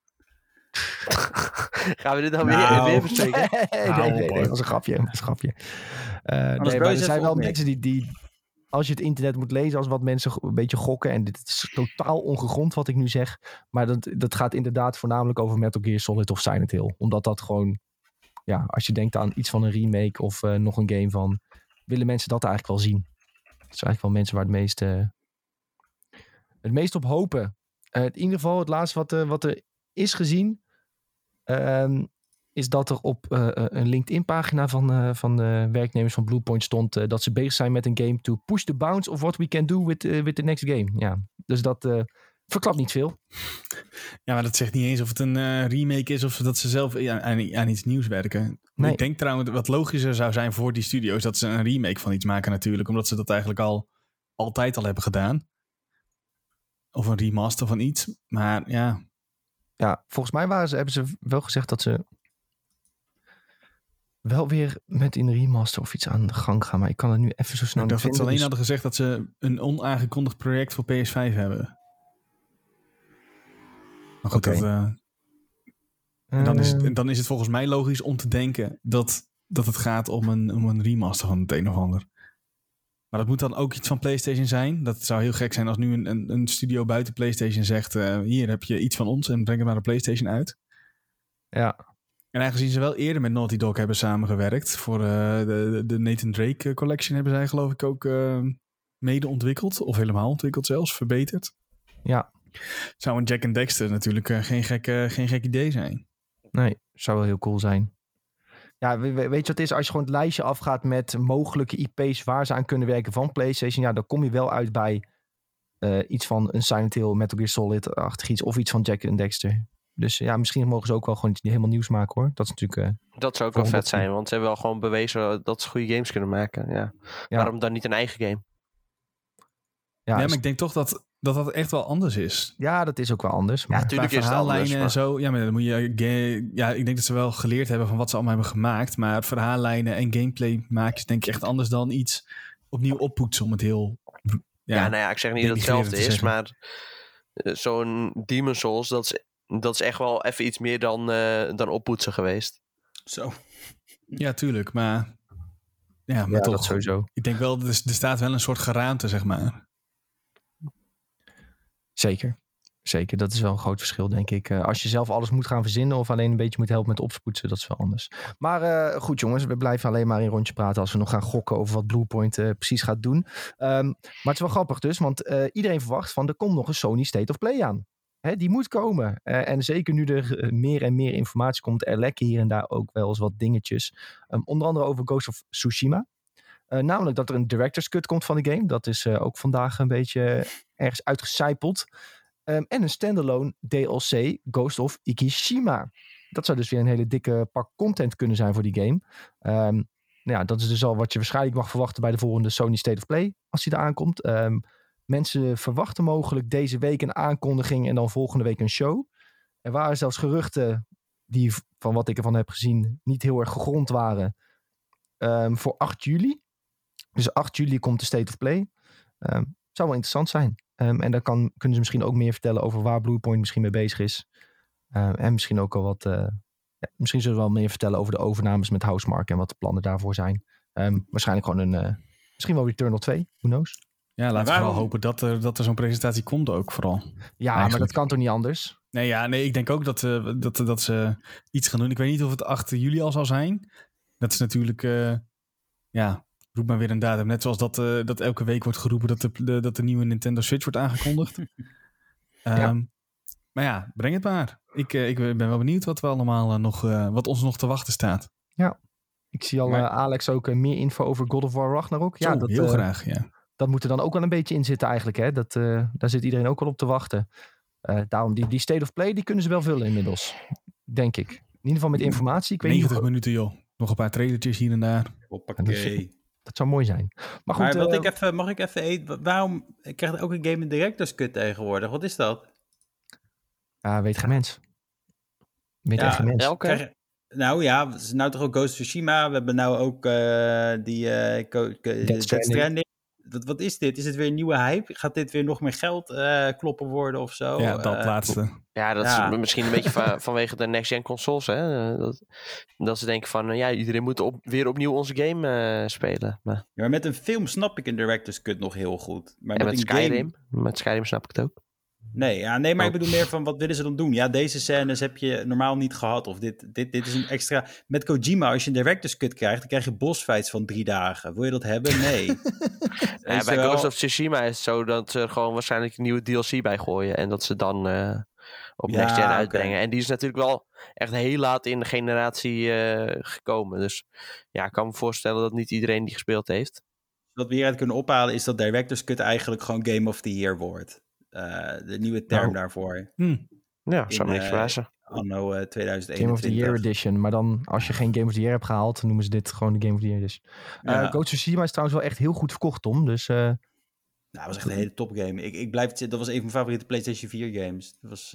Gaan we dit dan Nou. weer bespreken? Nee, dat was een grapje. Dat was een grapje. Nee, maar bel je er ze zijn even wel op, Nick. mensen die, als je het internet moet lezen, als wat mensen een beetje gokken. En dit is totaal ongegrond wat ik nu zeg. Maar dat gaat inderdaad voornamelijk over Metal Gear Solid of Silent Hill. Omdat dat gewoon, ja, als je denkt aan iets van een remake of nog een game van, willen mensen dat eigenlijk wel zien. Dat zijn eigenlijk wel mensen waar het meest op hopen. In ieder geval het laatste wat er is gezien, is dat er op een LinkedIn-pagina van de werknemers van Bluepoint stond dat ze bezig zijn met een game to push the bounds of what we can do with the next game. Ja, dus dat verklapt niet veel. Ja, maar dat zegt niet eens of het een remake is of dat ze zelf aan iets nieuws werken. Nee. Ik denk trouwens wat logischer zou zijn voor die studio's dat ze een remake van iets maken natuurlijk. Omdat ze dat eigenlijk altijd al hebben gedaan. Of een remaster van iets. Maar ja, Ja, volgens mij hebben ze wel gezegd dat ze wel weer met een remaster of iets aan de gang gaan. Maar ik kan het nu even zo snel ik dacht dat niet ze alleen vinden. hadden gezegd dat ze een onaangekondigd project voor PS5 hebben. Maar goed, Oké. dan is het volgens mij logisch om te denken dat het gaat om een remaster van het een of ander. Maar dat moet dan ook iets van PlayStation zijn. Dat zou heel gek zijn als nu een studio buiten PlayStation zegt, hier heb je iets van ons en breng het naar de PlayStation uit. Ja. En aangezien ze wel eerder met Naughty Dog hebben samengewerkt voor de Nathan Drake collection hebben zij geloof ik ook mede ontwikkeld. Of helemaal ontwikkeld zelfs, verbeterd. Ja. Zou een Jack and Dexter natuurlijk geen gek idee zijn. Nee, zou wel heel cool zijn. Ja, weet je wat het is? Als je gewoon het lijstje afgaat met mogelijke IP's waar ze aan kunnen werken van PlayStation, ja, dan kom je wel uit bij iets van een Silent Hill, Metal Gear Solid-achtig iets, of iets van Jack and Dexter. Dus ja, misschien mogen ze ook wel gewoon iets helemaal nieuws maken hoor. Dat is natuurlijk... Dat zou ook wel Gewoon vet dat- zijn, want ze hebben wel gewoon bewezen dat ze goede games kunnen maken. Ja. Waarom dan niet een eigen game? Ja, maar ik denk toch dat echt wel anders is. Ja, dat is ook wel anders. Ja, Maar natuurlijk Qua is het anders. verhaallijnen en Maar... zo. Ja, maar dan moet je... Ja, ik denk dat ze wel geleerd hebben van wat ze allemaal hebben gemaakt. Maar verhaallijnen en gameplay maken is denk ik echt anders dan iets opnieuw oppoetsen om het heel... Ja, nou ja, ik zeg niet dat het denigrerend hetzelfde te is, zeggen. maar zo'n Demon's Souls, dat is echt wel even iets meer dan oppoetsen geweest. Zo. Ja, tuurlijk. Maar ja, maar ja, toch. dat sowieso. Ik denk wel, er staat wel een soort geraamte, zeg maar. Zeker. Zeker, dat is wel een groot verschil, denk ik. Als je zelf alles moet gaan verzinnen of alleen een beetje moet helpen met opspoetsen, dat is wel anders. Maar goed jongens, we blijven alleen maar in rondje praten als we nog gaan gokken over wat Bluepoint precies gaat doen. Maar het is wel grappig dus, want iedereen verwacht van er komt nog een Sony State of Play aan. Die moet komen. En zeker nu er meer en meer informatie komt, er lekken hier en daar ook wel eens wat dingetjes. Onder andere over Ghost of Tsushima. Namelijk dat er een director's cut komt van de game. Dat is ook vandaag een beetje ergens uitgecijpeld. En een standalone DLC Ghost of Ikishima. Dat zou dus weer een hele dikke pak content kunnen zijn voor die game. Dat is dus al wat je waarschijnlijk mag verwachten bij de volgende Sony State of Play. Als die er aankomt. Mensen verwachten mogelijk deze week een aankondiging en dan volgende week een show. Er waren zelfs geruchten die, van wat ik ervan heb gezien, niet heel erg gegrond waren. Voor 8 juli. Dus 8 juli komt de State of Play. Zou wel interessant zijn. En dan kunnen ze misschien ook meer vertellen over waar Bluepoint misschien mee bezig is. En misschien ook al wat... misschien zullen we wel meer vertellen over de overnames met Housemarque en wat de plannen daarvoor zijn. Waarschijnlijk gewoon misschien wel Returnal 2. Who knows? Ja, laten we vooral hopen dat er zo'n presentatie komt ook vooral. Ja, eigenlijk. Maar dat kan toch niet anders? Nee, ik denk ook dat ze iets gaan doen. Ik weet niet of het 8 juli al zal zijn. Dat is natuurlijk... roep maar weer een datum. Net zoals dat elke week wordt geroepen dat de nieuwe Nintendo Switch wordt aangekondigd. Maar ja, breng het maar. Ik ben wel benieuwd wat we allemaal wat ons nog te wachten staat. Ja, ik zie al Alex ook meer info over God of War Ragnarok. Ja, dat heel graag, ja. Dat moet er dan ook wel een beetje in zitten eigenlijk. Hè? Daar zit iedereen ook wel op te wachten. Daarom, die State of Play, die kunnen ze wel vullen inmiddels. Denk ik. In ieder geval met informatie. Ik weet 90 minuten, joh. Nog een paar trailertjes hier en daar. Hoppakee. Dat zou mooi zijn. Maar goed, mag ik even eten? Waarom krijgt elke game een director's cut tegenwoordig? Wat is dat? Weet geen mens. Echt geen mens. Elke? Nou ja, het is nou toch ook Ghost of Tsushima. We hebben nou ook Death Stranding. Wat is dit? Is het weer een nieuwe hype? Gaat dit weer nog meer geld kloppen worden of zo? Ja, dat laatste. Ja, dat is misschien een beetje vanwege de next-gen consoles. Hè? Dat ze denken van, iedereen moet weer opnieuw onze game spelen. Maar... Ja, maar met een film snap ik een director's cut nog heel goed. Maar en met Skyrim? Game... Met Skyrim snap ik het ook. Nee, maar ik bedoel meer van, wat willen ze dan doen? Ja, deze scènes heb je normaal niet gehad. Of dit is een extra... Met Kojima, als je een director's cut krijgt, dan krijg je bossfights van 3 dagen. Wil je dat hebben? Nee. Bij Ghost of Tsushima is het zo dat ze er gewoon waarschijnlijk een nieuwe DLC bij gooien. En dat ze dan op next gen uitbrengen. En die is natuurlijk wel echt heel laat in de generatie gekomen. Dus ja, ik kan me voorstellen dat niet iedereen die gespeeld heeft. Wat we hieruit kunnen ophalen is dat director's cut eigenlijk gewoon Game of the Year wordt. De nieuwe term daarvoor. Ja, zou me niks verrassen. Anno 2021. Game of the Year Edition. Maar dan, als je geen Game of the Year hebt gehaald, noemen ze dit gewoon de Game of the Year Edition. Ghost of Tsushima is trouwens wel echt heel goed verkocht, Tom. Dus... dat was echt een hele top game. Ik blijf dat was een van mijn favoriete PlayStation 4 games. Dat was...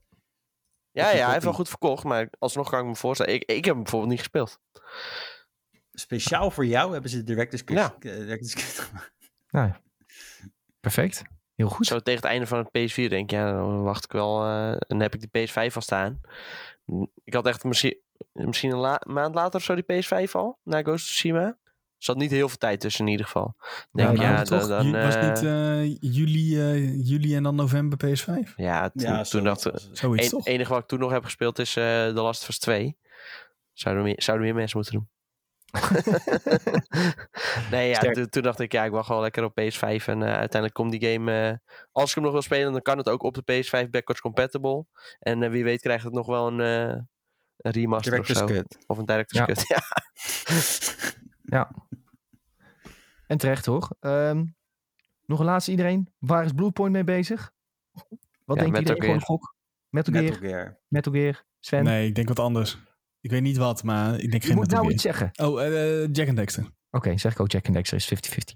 hij heeft wel goed verkocht, maar alsnog kan ik me voorstellen. Ik heb hem bijvoorbeeld niet gespeeld. Speciaal voor jou hebben ze Director's Cut gemaakt. Nou ja. Perfect. Heel goed. Zo tegen het einde van het PS4 denk ik, dan wacht ik wel. Dan heb ik die PS5 al staan. Ik had echt misschien een maand later of zo die PS5 al, na Ghost of Tsushima. Er zat niet heel veel tijd tussen in ieder geval. Denk toch? Dan was het niet juli en dan november PS5? Ja, toen dacht ik... Het enige wat ik toen nog heb gespeeld is The Last of Us 2. Zouden meer mensen moeten doen. Toen dacht ik, ik wacht wel lekker op PS5 en uiteindelijk komt die game, als ik hem nog wil spelen, dan kan het ook op de PS5 backwards compatible en wie weet krijgt het nog wel een remaster director's of zo. Cut. Of een director's cut. Ja. En terecht hoor. Nog een laatste iedereen. Waar is Bluepoint mee bezig? Wat denkt iedereen? Gewoon gok? Metal Gear. Sven? Nee, ik denk wat anders. Ik weet niet wat, maar ik denk geen Metal Gear. Je moet nou iets zeggen. Oh, Jack and Dexter. Oké, zeg ik ook Jack and Dexter is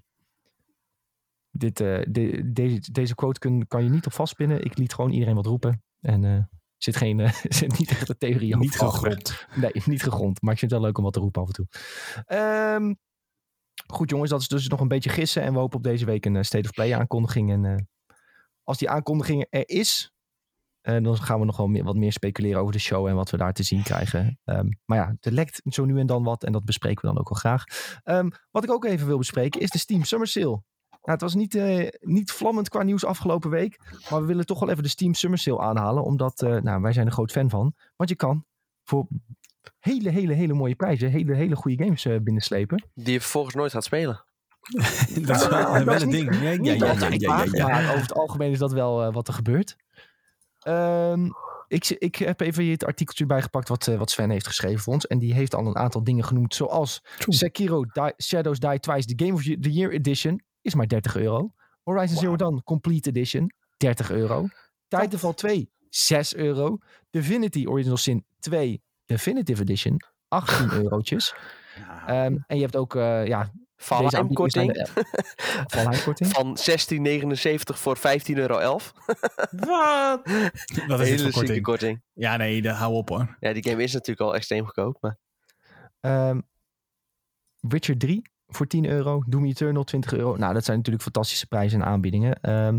50-50. Deze quote kan je niet op vastpinnen. Ik liet gewoon iedereen wat roepen. En zit niet echt een theorie over. Niet gegrond. Nee, niet gegrond. Maar ik vind het wel leuk om wat te roepen af en toe. Goed jongens, dat is dus nog een beetje gissen. En we hopen op deze week een State of Play aankondiging. En als die aankondiging er is... dan gaan we nog wel wat meer speculeren over de show en wat we daar te zien krijgen. Maar ja, er lekt zo nu en dan wat en dat bespreken we dan ook wel graag. Wat ik ook even wil bespreken is de Steam Summer Sale. Nou, het was niet vlammend qua nieuws afgelopen week, maar we willen toch wel even de Steam Summer Sale aanhalen, omdat wij zijn er groot fan van. Want je kan voor hele mooie prijzen hele goede games binnenslepen. Die je vervolgens nooit gaat spelen. Dat is wel een ding. Maar over het algemeen is dat wel wat er gebeurt. Ik heb even hier het artikeltje bijgepakt wat Sven heeft geschreven voor ons. En die heeft al een aantal dingen genoemd. Zoals Sekiro Shadows Die Twice, de Game of the Year Edition, is maar €30. Horizon Zero Dawn Complete Edition, €30. Titanfall 2, €6. Divinity Original Sin 2 Definitive Edition, €18. En je hebt ook... Valheim-korting. Valheim-korting. Van €16,79 voor €15,11. Wat? Wat is dit voor Hele zieke korting. Ja, nee, hou op hoor. Ja, die game is natuurlijk al extreem goedkoop. Maar... Witcher 3 voor €10. Doom Eternal €20. Nou, dat zijn natuurlijk fantastische prijzen en aanbiedingen.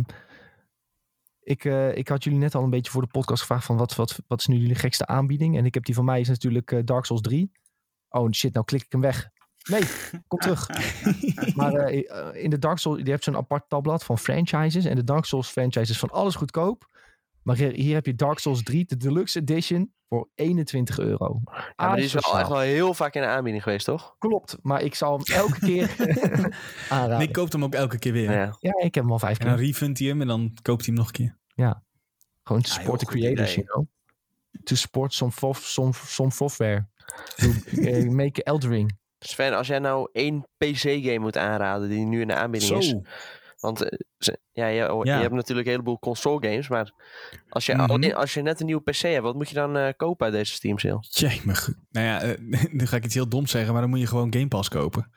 Ik had jullie net al een beetje voor de podcast gevraagd van wat is nu jullie gekste aanbieding? En ik heb die van mij is natuurlijk Dark Souls 3. Oh shit, nou klik ik hem weg. Nee, kom terug. Maar in de Dark Souls, je hebt zo'n apart tabblad van franchises. En de Dark Souls franchise is van alles goedkoop. Maar hier heb je Dark Souls 3, de Deluxe Edition, voor €21. Ja, maar die is wel echt wel heel vaak in de aanbieding geweest, toch? Klopt, maar ik zal hem elke keer aanraden. Nick koopt hem ook elke keer weer. Ja. Ja, ik heb hem al 5 En dan keer. refundt hij hem en dan koopt hij hem nog een keer. Gewoon to support the heel goed creators, idee. you know. To support some software. To make Eldering. Sven, als jij nou 1 PC-game moet aanraden die nu in de aanbieding is. Zo. Want je hebt natuurlijk een heleboel console-games. Maar als je net een nieuwe PC hebt, wat moet je dan kopen uit deze Steam sale? Jee, maar goed. Nou ja, nu ga ik iets heel doms zeggen, maar dan moet je gewoon Game Pass kopen.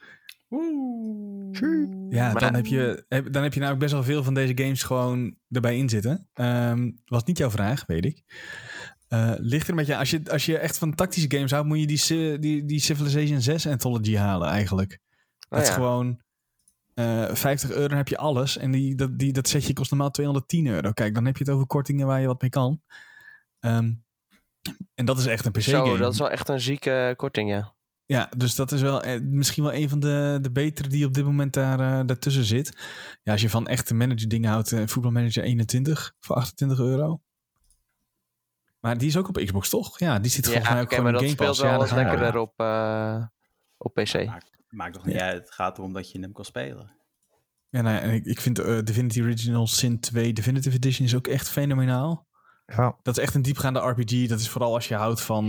Ja, Maar- dan heb je namelijk best wel veel van deze games gewoon erbij in zitten. Was niet jouw vraag, weet ik. Ligt er met je, als je echt van tactische games houdt, moet je die Civilization 6 Anthology halen eigenlijk. Dat is gewoon €50, dan heb je alles. En dat setje kost normaal €210. Kijk, dan heb je het over kortingen waar je wat mee kan. En dat is echt een PC-game. Zo, dat is wel echt een zieke korting, ja. Ja, dus dat is wel misschien wel een van de betere die op dit moment daartussen zit. Ja, als je van echte manager dingen houdt, voetbalmanager 21 voor €28. Maar die is ook op Xbox, toch? Ja, die zit volgens mij ook gewoon maar in dat Game speelt Pass. wel Ja, wat daar ga je. lekkerder op PC. Maakt toch niet uit. Het gaat erom dat je hem kan spelen. Ja, nou ja, en ik vind Divinity Original Sin 2 Definitive Edition is ook echt fenomenaal. Ja. Dat is echt een diepgaande RPG. Dat is vooral als je houdt van...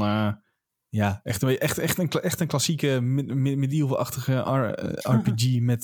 echt een klassieke medieval-achtige RPG met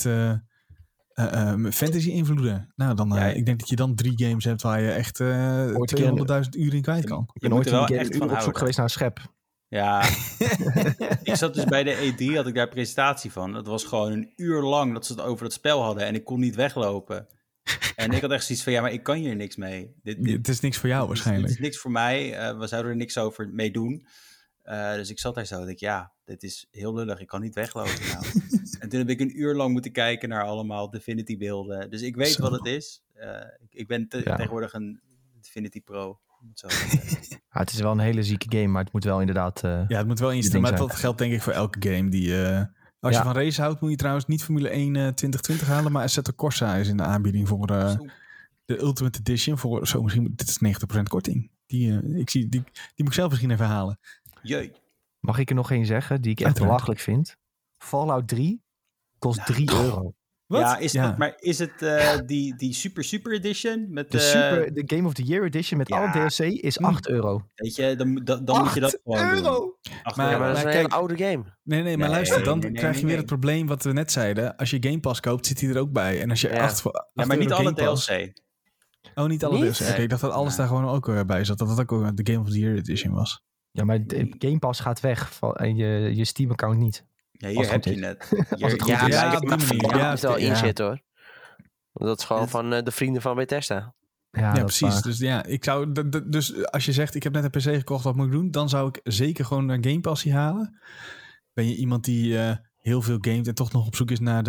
fantasy invloeden. Nou, dan ik denk dat je dan 3 games hebt waar je echt 200.000 uur in kwijt kan. Ik ben moet ooit er wel een keer echt een van uur op zoek houden. geweest naar een schep. Ja, ik zat dus bij de E3, had ik daar een presentatie van. Dat was gewoon een uur lang dat ze het over dat spel hadden en ik kon niet weglopen. En ik had echt zoiets van, ja, maar ik kan hier niks mee. Het is niks voor jou waarschijnlijk. Dit is niks voor mij, we zouden er niks over mee doen. Dus ik zat daar zo en dacht, ja, dit is heel lullig, ik kan niet weglopen nou. En toen heb ik een uur lang moeten kijken naar allemaal Divinity beelden. Dus ik weet Zo. wat het is. Ik ben tegenwoordig een Divinity Pro. Zo. Ja, het is wel een hele zieke game, maar het moet wel inderdaad... Ja, het moet wel die instaan, maar ding dat geldt denk ik voor elke game die... Als je van race houdt, moet je trouwens niet Formule 1 2020 halen, maar Assetto Corsa is in de aanbieding voor de Ultimate Edition. Voor zo misschien, dit is 90% korting. Die moet ik zelf misschien even halen. Jee. Mag ik er nog één zeggen die ik echt Uiteraard. belachelijk vind? Fallout 3 kost €3. Wat? Ja, maar is het die super edition? Met, De Game of the Year Edition met alle DLC is €8. Weet je, dan moet je dat gewoon doen. €8? Maar- Ja, maar dat is een kijk- hele oude game. Nee, maar Nee, luister, dan nee, krijg je weer nee. het probleem wat we net zeiden. Als je Game Pass koopt, zit hij er ook bij. En als je Ja. 8 Ja, maar niet alle DLC. Oh, niet alle Niet? DLC. Oké, ik dacht dat alles Nee. daar gewoon ook bij zat. Dat het ook de Game of the Year Edition was. Ja, maar de Game Pass gaat weg en je Steam-account niet. Ja, Als hier het heb goed je is. het. Als het goed Ja, is. ja, ik op die mag manier. verder Ja, niet wel ja. in zitten hoor. Dat is gewoon Het- van de vrienden van Bethesda. Ja, dat is precies. waar. Dus ja, ik zou... Dus als je zegt, ik heb net een PC gekocht, wat moet ik doen? Dan zou ik zeker gewoon een Game Passie halen. Ben je iemand die heel veel gamet en toch nog op zoek is naar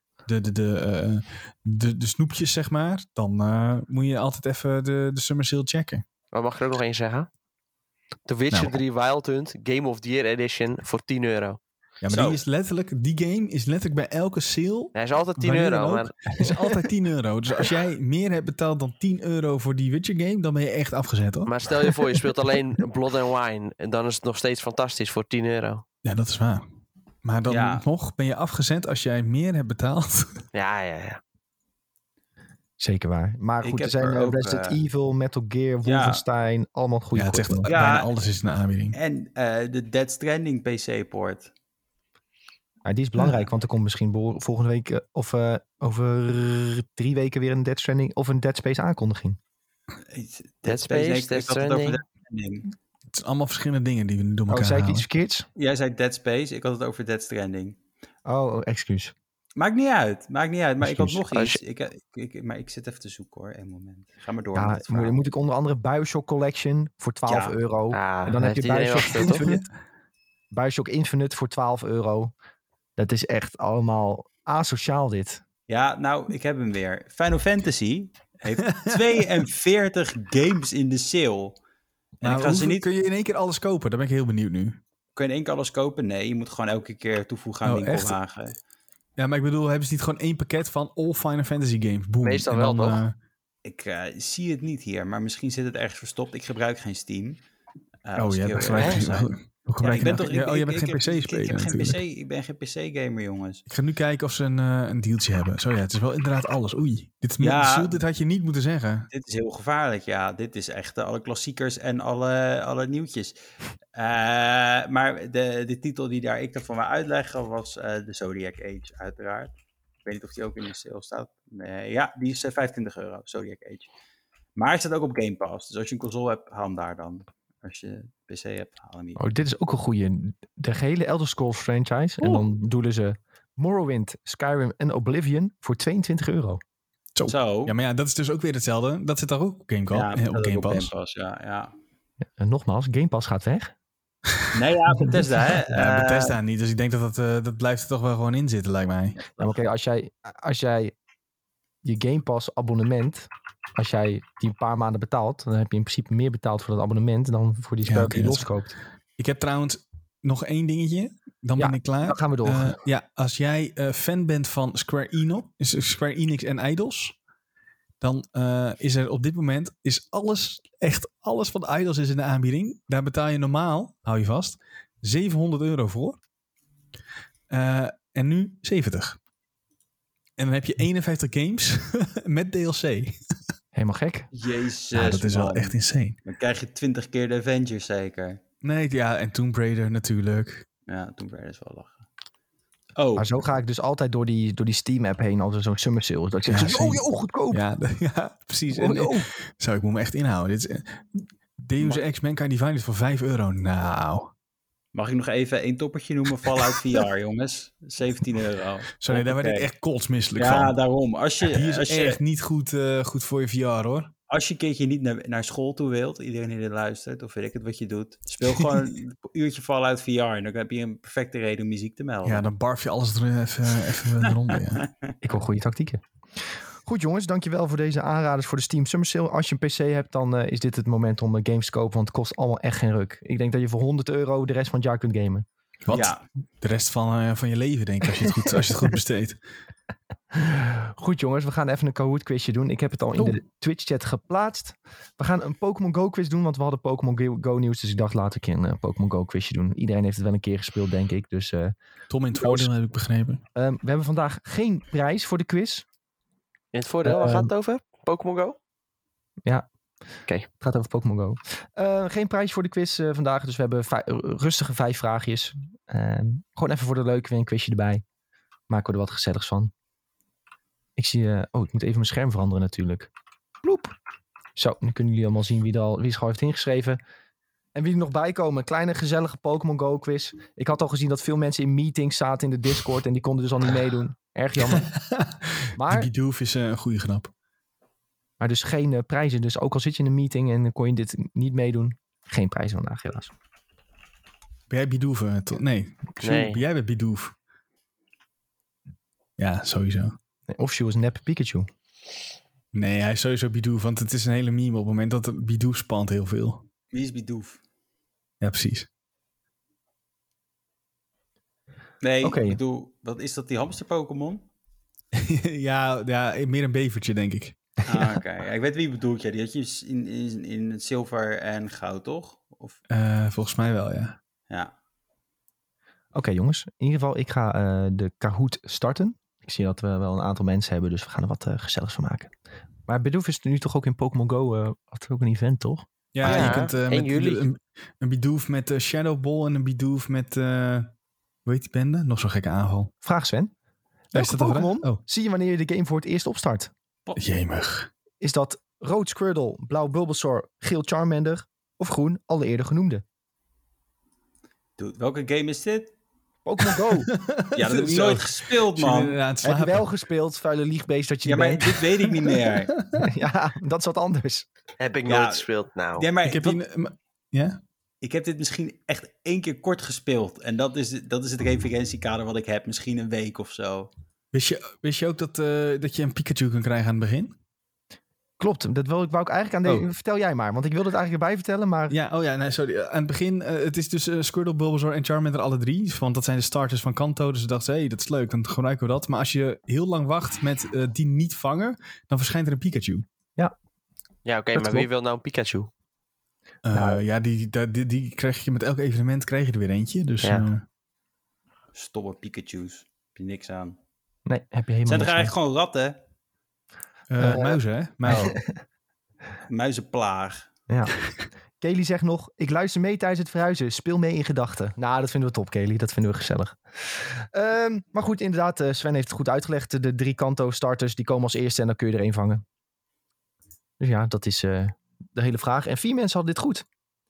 de snoepjes, zeg maar. Dan moet je altijd even de Summer Sale checken. Maar mag ik er ook nog één zeggen? The Witcher Nou. 3 Wild Hunt Game of the Year Edition voor €10. Ja, maar die game is letterlijk bij elke sale... Hij is altijd Wanneer dan €10, ook, maar is altijd €10. Dus als jij meer hebt betaald dan €10 voor die Witcher game, dan ben je echt afgezet, hoor. Maar stel je voor, je speelt alleen Blood and Wine. En dan is het nog steeds fantastisch voor €10. Ja, dat is waar. Maar dan nog ben je afgezet als jij meer hebt betaald. Ja. Zeker waar. Maar Ik goed, er heb zijn er ook, Resident Evil, Metal Gear, Wolfenstein. Allemaal goede Ja, het heeft kortingen. Ja. bijna alles is een aanbieding. En de Death Stranding PC-port. Maar die is belangrijk, want er komt misschien volgende week of over 3 weken weer een Dead Stranding of een Dead Space aankondiging. Dead Space, nee, ik Death had het over Stranding. Death Stranding. Het zijn allemaal verschillende dingen die we door elkaar Zei ik halen. iets verkeerds? Jij zei Dead Space, ik had het over Dead Stranding. Excuus. Maakt niet uit. Maar ik had nog Als iets. Maar ik zit even te zoeken hoor, 1 moment. Ga maar door Ja, met het verhaal. dan moet ik onder andere Bioshock Collection voor €12. En dan heb je Bioshock Infinite. Bioshock Infinite voor €12. Dat is echt allemaal asociaal dit. Ja, nou, ik heb hem weer. Final Fantasy heeft 42 games in de sale. En ik ga ze niet... Kun je in één keer alles kopen? Daar ben ik heel benieuwd nu. Kun je in één keer alles kopen? Nee, je moet gewoon elke keer toevoegen aan winkelwagen. Ja, maar ik bedoel, hebben ze niet gewoon 1 pakket van all Final Fantasy games? Boom. Meestal En wel, dan, toch? Ik zie het niet hier, maar misschien zit het ergens verstopt. Ik gebruik geen Steam. jij bent gelijk. Ik ben toch... jij bent geen PC-speler. Ik ben geen PC-gamer, jongens. Ik ga nu kijken of ze een dealtje hebben. Zo ja, het is wel inderdaad alles. Oei, dit had je niet moeten zeggen. Dit is heel gevaarlijk, ja. Dit is echt alle klassiekers en alle nieuwtjes. Maar de titel die ik daarvan wil uitleggen was de Zodiac Age, uiteraard. Ik weet niet of die ook in de sale staat. Nee, ja, die is €25, Zodiac Age. Maar hij staat ook op Game Pass. Dus als je een console hebt, haal hem daar dan. Als je een PC hebt, haal hem hier. Dit is ook een goeie. De gehele Elder Scrolls franchise. En dan bedoelen ze Morrowind, Skyrim en Oblivion voor €22. Zo. Ja, maar ja, dat is dus ook weer hetzelfde. Dat zit daar ook op Game Pass. Ja. En nogmaals, Game Pass gaat weg. Nee, ja, Bethesda, hè? Ja, Bethesda niet. Dus ik denk dat blijft er toch wel gewoon in zitten, lijkt mij. Ja, maar kijk, als jij je Game Pass abonnement, als jij die een paar maanden betaalt, dan heb je in principe meer betaald voor dat abonnement dan voor die spel die je loskoopt. Ik heb trouwens nog 1 dingetje. Dan ben ik klaar. Dan gaan we door. Als jij fan bent van Square Enix en Eidos, dan is er op dit moment echt alles van Eidos is in de aanbieding. Daar betaal je normaal, hou je vast, €700 voor. En nu 70. En dan heb je 51 games met DLC. Helemaal gek. Jezus, dat is wel echt insane. Dan krijg je 20 keer de Avengers zeker. Nee, ja, en Tomb Raider natuurlijk. Ja, Tomb Raider is wel lachen. Oh. Maar zo ga ik dus altijd door die Steam-app heen als er zo'n summer sale is. Dat ik zeg, goedkoop. Ja, precies. Zo, ik moet me echt inhouden. Dit is, Deus Ex Mankind Divided voor €5. Nou. Mag ik nog even 1 toppertje noemen? Fallout VR, jongens. €17. Sorry, daar werd ik echt kotsmisselijk van. Ja, daarom. Die is echt niet goed voor je VR, hoor. Als je een keertje niet naar school toe wilt, iedereen die er luistert, of weet ik het wat je doet, speel gewoon een uurtje Fallout VR en dan heb je een perfecte reden om muziek te melden. Ja, dan barf je alles er even eronder. Ja. Ik wil goede tactieken. Goed jongens, dankjewel voor deze aanraders voor de Steam Summer Sale. Als je een PC hebt, dan is dit het moment om games te kopen, want het kost allemaal echt geen ruk. Ik denk dat je voor €100 de rest van het jaar kunt gamen. Wat? Ja. De rest van je leven, denk ik, als je het goed besteedt. Goed jongens, we gaan even een Kahoot quizje doen. Ik heb het al in de Twitch chat geplaatst. We gaan een Pokémon Go quiz doen, want we hadden Pokémon Go nieuws. Dus ik dacht, laten we een Pokémon Go quizje doen. Iedereen heeft het wel een keer gespeeld, denk ik. Dus, Tom in het voordeel, heb ik begrepen. we hebben vandaag geen prijs voor de quiz. In het voordeel, waar gaat het over? Pokémon Go? Ja. Oké. Het gaat over Pokémon Go. Geen prijs voor de quiz vandaag. Dus we hebben rustige 5 vraagjes. Gewoon even voor de leuke weer een quizje erbij. Maken we er wat gezelligs van. Ik zie... ik moet even mijn scherm veranderen natuurlijk. Ploep. Zo, nu kunnen jullie allemaal zien wie het al heeft ingeschreven. En wie er nog bij komen. Een kleine gezellige Pokémon Go quiz. Ik had al gezien dat veel mensen in meetings zaten in de Discord. En die konden dus al niet meedoen. Erg jammer. Maar... Die Bidoof is een goede grap. Maar dus geen prijzen. Dus ook al zit je in een meeting en kon je dit niet meedoen. Geen prijzen vandaag helaas. Ben jij Bidoof? Nee. Ben jij bij Bidoof? Ja, sowieso. Nee, of she was nep Pikachu. Nee, hij is sowieso Bidoof. Want het is een hele meme op het moment dat Bidoof spant heel veel. Wie is Bidoof? Ja, precies. Nee, ik bedoel, wat is dat, die hamster Pokémon? ja, meer een bevertje, denk ik. Oké. Ja, ik weet wie je bedoelt. Ja. Die had je in zilver en goud, toch? Of... Volgens mij wel, ja. Ja. Oké, jongens. In ieder geval, ik ga de Kahoot starten. Ik zie dat we wel een aantal mensen hebben, dus we gaan er wat gezelligs van maken. Maar Bidoof is nu toch ook in Pokémon Go, had ook een event, toch? Ja, Ja, je kunt 1 juli. een Bidoof met Shadow Ball en een Bidoof met, hoe heet die bende? Nog zo'n gekke aanval. Vraag Sven. Is Welke dat een vraag? Pokémon Oh, zie je wanneer je de game voor het eerst opstart? jemig. Is dat rood Squirtle, blauw Bulbasaur, geel Charmander of groen alle eerder genoemde? Dude, welke game is dit? Pokémon Go. Ja, dat heb ik Zo. nooit gespeeld, man. Aan het Heb je slapen. wel gespeeld, vuile liegbeest dat je Ja, er maar bent? dit weet ik niet meer. Ja, dat is wat anders. Heb ik Ja. nooit gespeeld. Nou, Ja, maar Ik heb ja? ik heb dit misschien echt 1 keer kort gespeeld. En dat is het referentiekader wat ik heb. Misschien een week of zo. Wist je ook dat je een Pikachu kan krijgen aan het begin? Klopt, dat wou ik eigenlijk aan de... Vertel jij maar, want ik wilde het eigenlijk erbij vertellen, maar... Ja, nee, sorry. Aan het begin, het is dus Squirtle, Bulbasaur en Charmander alle 3. Want dat zijn de starters van Kanto. Dus ze dachten, hey, dat is leuk, dan gebruiken we dat. Maar als je heel lang wacht met die niet vangen, dan verschijnt er een Pikachu. ja, oké, dat maar wie klopt. wil nou een Pikachu? Ja, die krijg je met elk evenement krijg je er weer eentje. Dus Ja. Stomme Pikachu's. Heb je niks aan. Nee, heb je helemaal Zijn er niks eigenlijk gewoon ratten? muizen, hè? Muizen. Muizenplaag. aan. Ja. Kelly zegt nog, ik luister mee tijdens het verhuizen. Speel mee in gedachten. Nou, dat vinden we top, Kelly. Dat vinden we gezellig. Maar goed, inderdaad, Sven heeft het goed uitgelegd. De 3 Kanto-starters, die komen als eerste en dan kun je er 1 vangen. Dus ja, dat is de hele vraag. En 4 mensen hadden dit goed.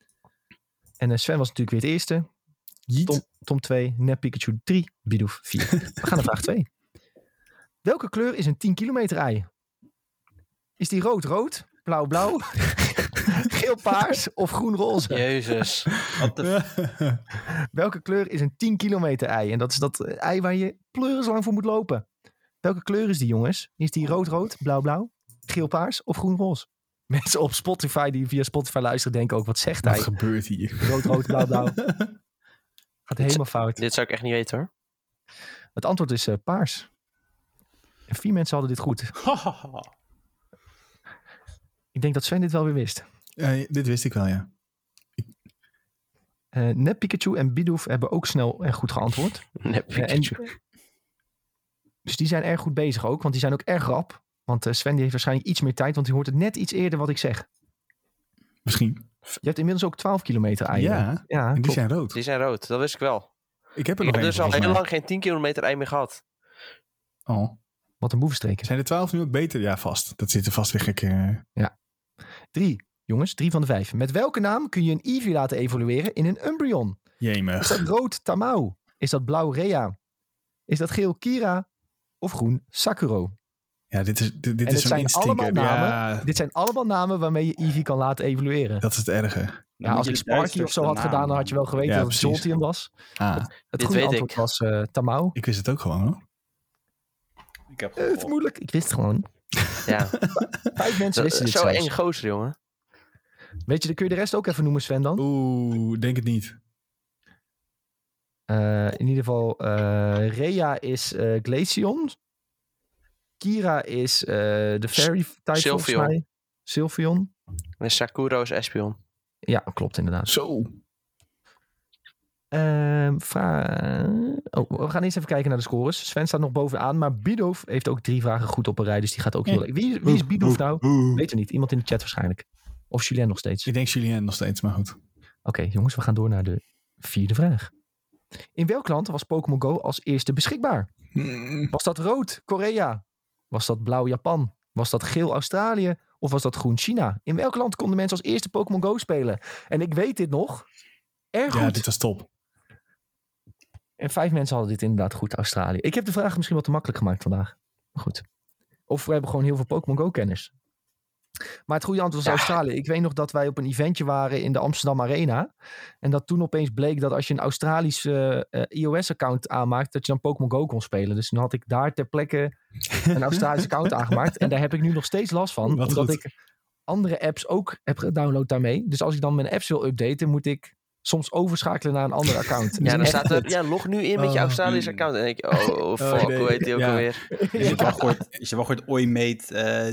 En Sven was natuurlijk weer het eerste. Jeet. Tom 2, Nep Pikachu 3, Bidoof 4. We gaan naar vraag 2. Welke kleur is een 10 kilometer ei? Is die rood-rood, blauw-blauw, geel-paars of groen-roze? Jezus. Wat de Welke kleur is een 10 kilometer ei? En dat is dat ei waar je pleurislang voor moet lopen. Welke kleur is die, jongens? Is die rood-rood, blauw-blauw, geel-paars of groen-roze? Mensen op Spotify die via Spotify luisteren denken ook, wat zegt Wat hij? gebeurt hier? Rood-rood, blauw-blauw. Gaat helemaal fout. Dit zou ik echt niet weten hoor. Het antwoord is paars. En 4 mensen hadden dit goed. Ik denk dat Sven dit wel weer wist. Dit wist ik wel, ja. Nep Pikachu en Bidoof hebben ook snel en goed geantwoord. Nee, Pikachu. Dus die zijn erg goed bezig ook, want die zijn ook erg rap. Want Sven die heeft waarschijnlijk iets meer tijd, want die hoort het net iets eerder wat ik zeg. Misschien. Je hebt inmiddels ook 12 kilometer eieren. Ja, en die klopt. zijn rood. Die zijn rood, dat wist ik wel. Ik heb er Ik nog heb één, dus al volgens heel mij. lang geen 10 kilometer ei meer gehad. Oh. Wat een boevenstreken. Zijn de 12 nu ook beter? Ja, vast. Dat zit er vast weer gekke... 3, jongens, 3 van de 5. Met welke naam kun je een Eevee laten evolueren in een Umbreon? Is Jemig. dat rood Tamao? Is dat blauw Rhea? Is dat geel Kira? Of groen Sakuro? Ja, dit is het zo'n zijn allemaal instinker. namen. Ja, Dit zijn allemaal namen waarmee je Eevee kan laten evolueren. dat is het erge. Ja, als ik Sparky of zo had gedaan, dan had je wel geweten Ja, dat het precies. Jolteon was. Ah, Het Dit goede weet antwoord ik. was Tamao. ik wist het ook gewoon, hoor. Ik heb Het is moeilijk. Ik wist het gewoon niet. Ja, 5 mensen wisten dit zo zelfs. eng gozer, jongen. Weet je, kun je de rest ook even noemen, Sven, dan? Oeh, denk het niet. In ieder geval, Rhea is Glaceon. Kira is de Fairy type volgens Sylveon. mij. Sylveon. En Sakura is Espion. Ja, klopt inderdaad. Zo. We gaan eerst even kijken naar de scores. Sven staat nog bovenaan, maar Bidoof heeft ook 3 vragen goed op een rij, dus die gaat ook heel leuk. Wie is Bidoof nou? Weet er niet. Iemand in de chat waarschijnlijk. Of Julien nog steeds. Ik denk Julien nog steeds, maar goed. Oké, jongens, we gaan door naar de 4e vraag. In welk land was Pokémon Go als eerste beschikbaar? Was dat rood Korea? Was dat blauw Japan? Was dat geel Australië? Of was dat groen China? In welk land konden mensen als eerste Pokémon Go spelen? En ik weet dit nog. Erg goed. Ja, dit was top. En 5 mensen hadden dit inderdaad goed, Australië. Ik heb de vraag misschien wat te makkelijk gemaakt vandaag. Maar goed. Of we hebben gewoon heel veel Pokémon Go kennis. Maar het goede antwoord was Australië. Ik weet nog dat wij op een eventje waren in de Amsterdam Arena. En dat toen opeens bleek dat als je een Australisch iOS-account aanmaakt, dat je dan Pokémon Go kon spelen. Dus toen had ik daar ter plekke een Australisch account aangemaakt. En daar heb ik nu nog steeds last van. Wat omdat goed. ik andere apps ook heb gedownload daarmee. Dus als ik dan mijn apps wil updaten, moet ik soms overschakelen naar een ander account. Ja, dan staat er, log nu in met je Australische account. En dan denk ik, fuck, nee. hoe heet die ook Ja. alweer? Is je wachtwoord Oimate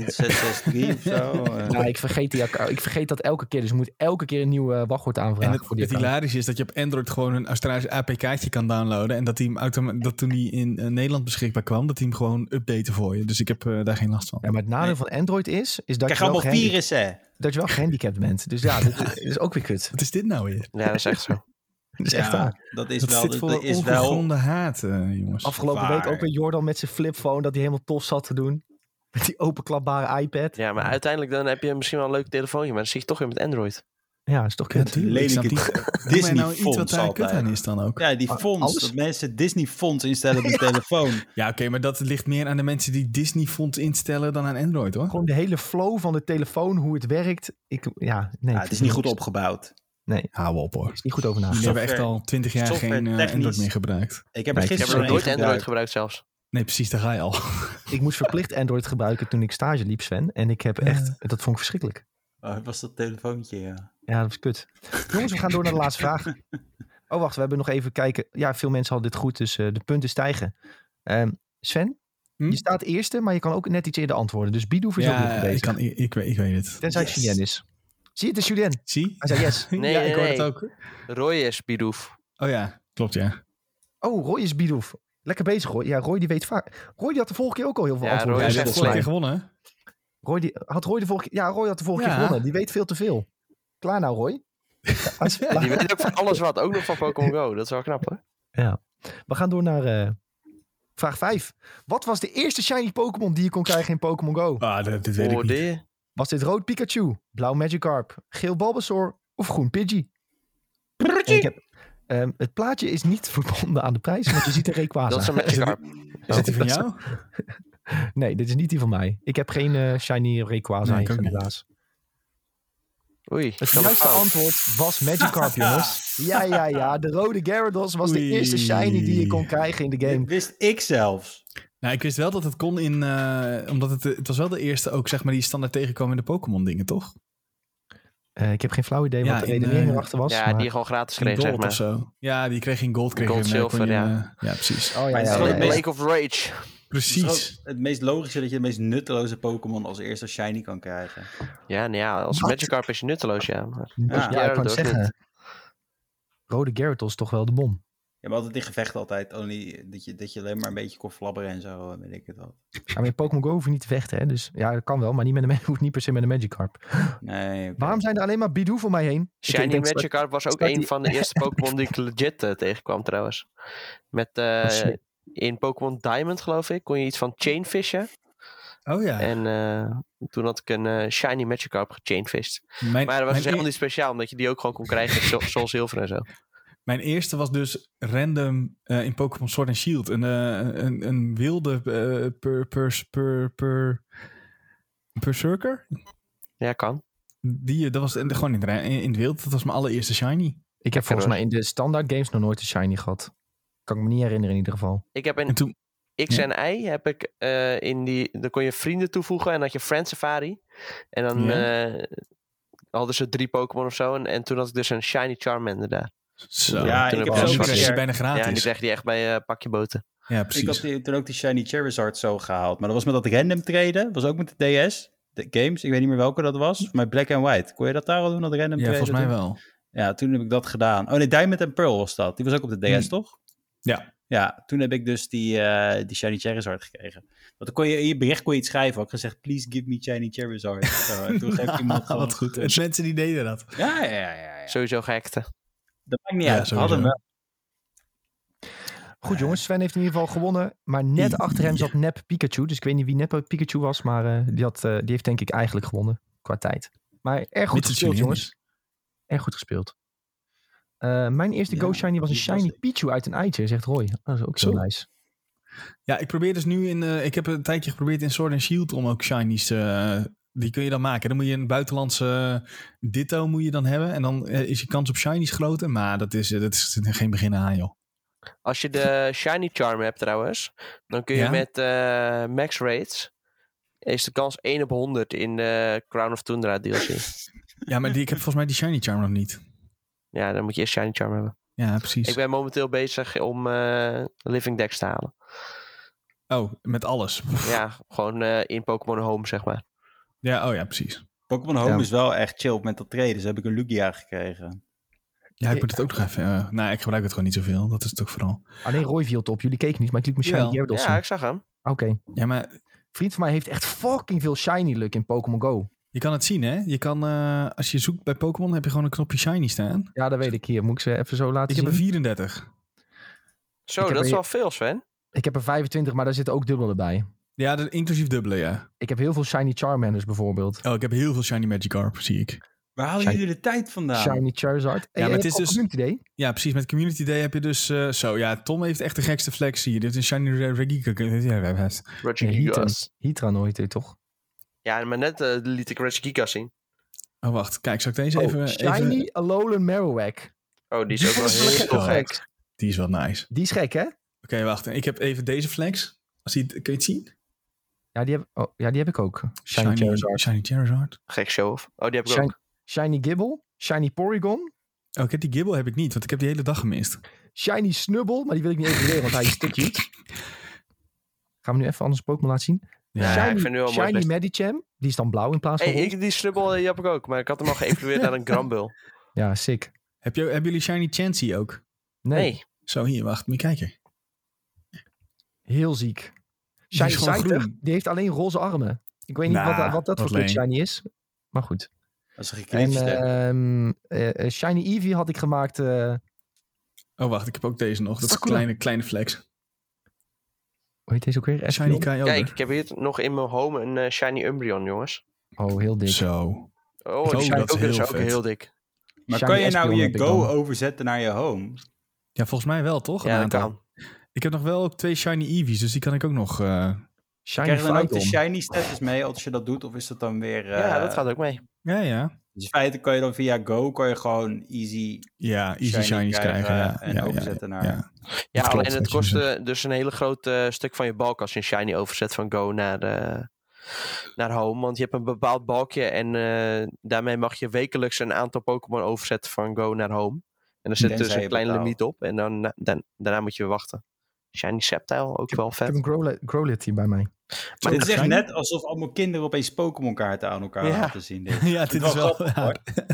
663 of zo? Ja, ik vergeet dat elke keer. Dus je moet elke keer een nieuw wachtwoord aanvragen En voor die het account. hilarische is dat je op Android gewoon een Australisch APK'tje kan downloaden. En dat, dat toen die in Nederland beschikbaar kwam, dat hij hem gewoon updaten voor je. Dus ik heb daar geen last van. Ja, maar het nadeel van Android is dat, Krijg je wel allemaal virussen. dat je wel gehandicapt bent. Dus ja, dat is ook weer kut. Wat is dit nou weer? Ja, dat is echt zo. Dat is echt waar. Dat is Wat wel... is dit voor Dat is wel ongegronde haat, jongens? Afgelopen waar. week ook weer Jordan met zijn flipphone, dat hij helemaal tof zat te doen. Met die openklapbare iPad. Ja, maar uiteindelijk dan heb je misschien wel een leuk telefoontje, maar dan zie je toch weer met Android. Ja, is toch kut. lelijke Disney nou iets wat Disney-fonts daar kut aan altijd. is dan ook? Ja, die fonts. alles? Dat mensen Disney-fonts instellen op hun telefoon. Ja, oké, maar dat ligt meer aan de mensen die Disney-fonts instellen dan aan Android, hoor. Gewoon de hele flow van de telefoon, hoe het werkt. Ja, het is niet goed opgebouwd. Nee, Hou op, hoor. er is niet goed over Jullie nagedacht. hebben echt al 20 jaar software geen technisch. Android meer gebruikt. Ik heb Nee, er ik Ik heb gisteren nog een nooit Android gebruikt. gebruikt zelfs. Nee, precies, daar ga je al. Ik moest verplicht Android gebruiken toen ik stage liep, Sven. En ik heb echt, dat vond ik verschrikkelijk. Oh, het was dat telefoontje, ja. Ja, dat was kut. Jongens, we gaan door naar de laatste vraag. Oh, wacht, we hebben nog even kijken. Ja, veel mensen hadden dit goed, dus de punten stijgen. Sven, je staat eerste, maar je kan ook net iets eerder antwoorden. Dus Bidoef is ook nog Ja, bezig. ik weet het. Tenzij het Julien is. Zie je, het is Julien. Zie? Hij zei yes. Nee, ja, nee, ik hoor nee. het ook. Roy is Bidoef. Oh ja, klopt, ja. Oh, Roy is Bidoef. Lekker bezig, Roy. Ja, Roy die weet vaak. Roy die had de vorige keer ook al heel veel Ja, antwoorden. Roy Hij is heeft echt vorige keer slim. gewonnen, hè? Roy had de vorige keer Ja. gewonnen. Die weet veel te veel. Klaar nou, Roy? Ja, die weet ook van alles wat, ook nog van Pokémon Go. Dat is wel knap, hoor. Ja. We gaan door naar vraag 5. Wat was de eerste shiny Pokémon die je kon krijgen in Pokémon Go? Ah, dit weet ik niet. Was dit rood Pikachu, blauw Magikarp, geel Bulbasaur of groen Pidgey? En ik heb, het plaatje is niet verbonden aan de prijs, want je ziet een Rayquaza. Dat is een Magikarp. Is dit die van jou? Nee, dit is niet die van mij. Ik heb geen shiny Rayquaza Nee, ik ook niet. helaas. Oei. Het juiste antwoord was Magikarp, jongens. Ja. De rode Gyarados was de Oei. eerste shiny die je kon krijgen in de game. Dat wist ik zelfs. Nou, ik wist wel dat het kon in... omdat het was wel de eerste ook, zeg maar, die standaard tegenkwam in de Pokémon dingen, toch? Ik heb geen flauw idee wat Ja, de in, redenering erachter was. Ja, maar... die je gewoon gratis In kreeg, zeg gold of maar. zo. Ja, die kreeg in gold. Kreeg Gold, je, zilver, kon je, ja. Ja, precies. Oh ja, Maar ja, het is ja, wel ja. Lake of Rage. Precies. Het meest logische dat je de meest nutteloze Pokémon als eerste shiny kan krijgen. Ja, nou ja, als Wat? Magikarp is je nutteloos, ja. Maar... Ja, ik kan Gyarados het zeggen. Rode Gyarados is toch wel de bom. Je hebt altijd in gevechten altijd dat je alleen maar een beetje kon flabberen en zo, weet ik het wel. Ja, maar in Pokémon Go hoef je niet te vechten, hè? Dus ja, dat kan wel, maar niet met een, hoeft niet per se met een Magikarp. Nee, oké. Waarom zijn er alleen maar Bidoof voor mij heen? Ik Shiny denk straks- Magikarp was ook staat een die- van de eerste Pokémon die ik legit tegenkwam trouwens. Met shit. in Pokémon Diamond geloof ik kon je iets van chainfishen. Oh ja. En toen had ik een Shiny Magikarp gechainfished. Mijn, Maar dat was mijn, dus helemaal niet speciaal, omdat je die ook gewoon kon krijgen in Soul Silver en zo. mijn eerste was dus random in Pokémon Sword and Shield. Een wilde Berserker. Ja, kan. Dat was gewoon in het wild. Dat was mijn allereerste shiny. Ik heb volgens mij in de standaard games nog nooit een shiny gehad. Kan ik me niet herinneren in ieder geval. Ik heb En in toen... X Ja. en Y heb ik dan kon je vrienden toevoegen en dan had je Friend Safari. En dan hadden ze 3 Pokémon of zo. En toen had ik dus een Shiny Charmander daar. Zo. Ja, toen ik heb heb ik zo ook die een kreeg je keer- bijna Ja, en die gratis. kreeg je echt bij Pakje Boten. Ja, Ik precies. had toen ook die Shiny Charizard zo gehaald. Maar dat was met dat random traden. Was ook met de DS. De games. Ik weet niet meer welke dat was. Maar Black and White. Kon je dat daar al doen? Dat random Ja, traden volgens mij doen? wel. Ja, toen heb ik dat gedaan. Oh nee, Diamond and Pearl was dat. Die was ook op de DS, toch? Ja. Ja, toen heb ik dus die Shiny Charizard gekregen. Want dan kon je in je bericht iets schrijven. Ook gezegd, please give me Shiny Charizard. Zo, en toen geeft iemand gewoon... Wat goed. En mensen die deden dat. Ja. Sowieso gekte. Dat maakt niet Ja, uit. We hadden sowieso. hem wel. Goed jongens, Sven heeft in ieder geval gewonnen. Maar net achter hem zat nep Pikachu. Dus ik weet niet wie nep Pikachu was. Maar die heeft denk ik eigenlijk gewonnen. Qua tijd. Maar erg goed Mits het gespeeld Julien jongens. Erg goed gespeeld. Mijn eerste Ja, Go Shiny was een die was Shiny ik. Pichu uit een eitje, zegt Roy. Dat is ook zo Zo. nice. Ja, ik probeer dus nu ik heb een tijdje geprobeerd in Sword and Shield om ook shinies die kun je dan maken. Dan moet je een buitenlandse ditto moet je dan hebben. En dan is je kans op shinies groter. Maar dat is geen begin aan, joh. Als je de Shiny Charm hebt trouwens, dan kun je Ja? met max rates, is de kans 1 op 100 in de Crown of Tundra DLC. Ja, maar ik heb volgens mij die shiny charm nog niet. Ja, dan moet je eerst Shiny Charm hebben. Ja, precies. Ik ben momenteel bezig om Living Dex te halen. Oh, met alles. Ja, gewoon in Pokémon Home, zeg maar. Ja, oh ja, precies. Pokémon Home Ja. is wel echt chill op mental traden. Dus heb ik een Lugia gekregen. Ja, ik moet het ook nog even... ik gebruik het gewoon niet zoveel. Dat is het ook vooral. Alleen Roy viel op. Jullie keken niet, maar ik liet me Shiny Jawel. Gyarados Ja, zien. ik zag hem. Oké. Ja, maar Vriend van mij heeft echt fucking veel Shiny luck in Pokémon Go. je kan het zien, hè? Je kan, als je zoekt bij Pokémon, heb je gewoon een knopje shiny staan. Ja, dat weet ik hier. Moet ik ze even zo laten Ik zien? heb er 34. Zo, Ik heb dat is er- wel veel, Sven. Ik heb er 25, maar daar zitten ook dubbel erbij. Ja, inclusief dubbele, ja. Ik heb heel veel Shiny Charmanders bijvoorbeeld. Oh, ik heb heel veel shiny Magikarp, zie ik. Waar halen Shiny- jullie de tijd vandaan? Shiny Charizard. maar het is dus- Community Day. Ja, precies. Met Community Day heb je dus... Tom heeft echt de gekste flex hier. Dit is een shiny Regika. Ja, Regigigas. Heatranoid, hè, toch? Ja, maar net liet ik Regigigas zien. Oh, wacht. Kijk, zal ik deze Oh, even... Shiny even... Alolan Marowak. Oh, die is ook wel heel Oh. gek. Die is wel nice. Die is gek, hè? Oké, wacht. Ik heb even deze flex. Kun je het zien? Ja, die heb ik ook. Shiny Charizard. Shiny Charizard. Gek show-off. Oh, die heb ik Shiny, ook. Shiny Gibble. Shiny Porygon. Oh, ik heb die Gibble heb ik niet, want ik heb die hele dag gemist. Shiny Snubble. Maar die wil ik niet evalueren, want hij is te cute. Gaan we nu even anders Pokémon laten zien. Ja, Shiny, ik vind nu wel mooi Shiny best. Medicham. Die is dan blauw in plaats van Hey, roze. die snubbel die heb ik ook, maar ik had hem al geëvalueerd naar een Granbull. Ja, sick. Hebben jullie Shiny Chansey ook? Nee. Zo, hier, wacht. Moet je kijken. Heel ziek. Die Shiny is gewoon Scyther, groen. die heeft alleen roze armen. Ik weet niet Nou, wat dat wat voor kleur leen. Shiny is. Maar goed. Dat is een En geklipste. Shiny Eevee had ik gemaakt. Oh, wacht. Ik heb ook deze nog. Dat is een Sakura. kleine flex. Hoe heet deze ook weer? Shiny Espeon? Kyogre. Kijk, ik heb hier nog in mijn home een Shiny Umbreon, jongens. Oh, heel dik. Zo. Oh, die Oh, Shiny dat is ook is heel ook vet. heel dik. Maar Shiny kan je nou Espeon je heb ik Go dan. overzetten naar je home? Ja, volgens mij wel, toch? Een Ja, dat aantal. kan. Ik heb nog wel ook 2 Shiny Eevees, dus die kan ik ook nog... Shiny Krijg je dan ook de Flygon. shiny status mee als je dat doet? Of is dat dan weer... Ja, dat gaat ook mee. Ja. Dus in feite kan je dan via Go kan je gewoon easy Ja, easy shinies krijgen. Ja, en ja, overzetten naar... ja. Ja, Dat klopt, alleen het wat je kost zegt. dus een hele groot stuk van je balk als je een Shiny overzet van Go naar Home. Want je hebt een bepaald balkje en daarmee mag je wekelijks een aantal Pokémon overzetten van Go naar Home. En er zit Tenzij dus een je klein betaalt. limiet op en daarna moet je wachten. Shiny Sceptile, ook wel Ik vet. heb een Growlithe hier bij mij. Maar Het is echt shiny? net alsof allemaal kinderen opeens Pokémon kaarten aan elkaar Ja. laten zien. Dit. Ja, dit is wel... grappig, ja. hoor.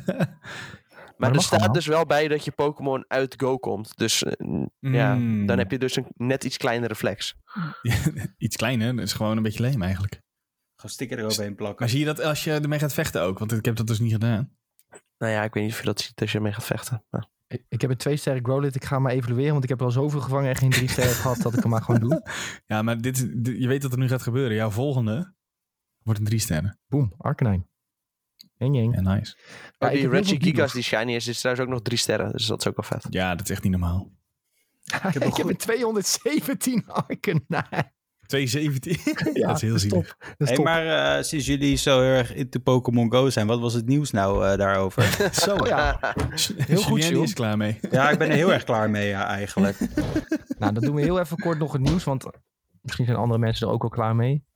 Maar dat er mag staat allemaal. dus wel bij dat je Pokémon uit Go komt. Dus ja, Mm. dan heb je dus een net iets kleinere flex. Iets kleiner, dat is gewoon een beetje leem eigenlijk. Gewoon sticker eroverheen plakken. Maar zie je dat als je ermee gaat vechten ook? Want ik heb dat dus niet gedaan. Nou ja, ik weet niet of je dat ziet als je ermee gaat vechten. Maar... Ik heb een 2-sterren Growlithe. Ik ga hem maar evalueren, want ik heb er al zoveel gevangen en geen 3 sterren gehad dat ik hem maar gewoon doe. Ja, maar je weet wat er nu gaat gebeuren. Jouw volgende wordt een 3 sterren. Boom, Arcanine. Eng, eng. Ja, nice. Ja, ik die heb heel veel Regigigas Gigas. die shiny is trouwens ook nog 3 sterren. Dus dat is ook wel vet. Ja, dat is echt niet normaal. Ik heb een 217 Arcanine. 217? Ja, dat is heel zielig. top. Dat is Hey, top. maar sinds jullie zo heel erg into Pokémon Go zijn, wat was het nieuws nou daarover? Zo, Oh ja, heel goed, die Sjoel. is klaar mee. Ja, ik ben er heel erg klaar mee ja, eigenlijk. nou dan doen we heel even kort nog het nieuws, want misschien zijn andere mensen er ook al klaar mee.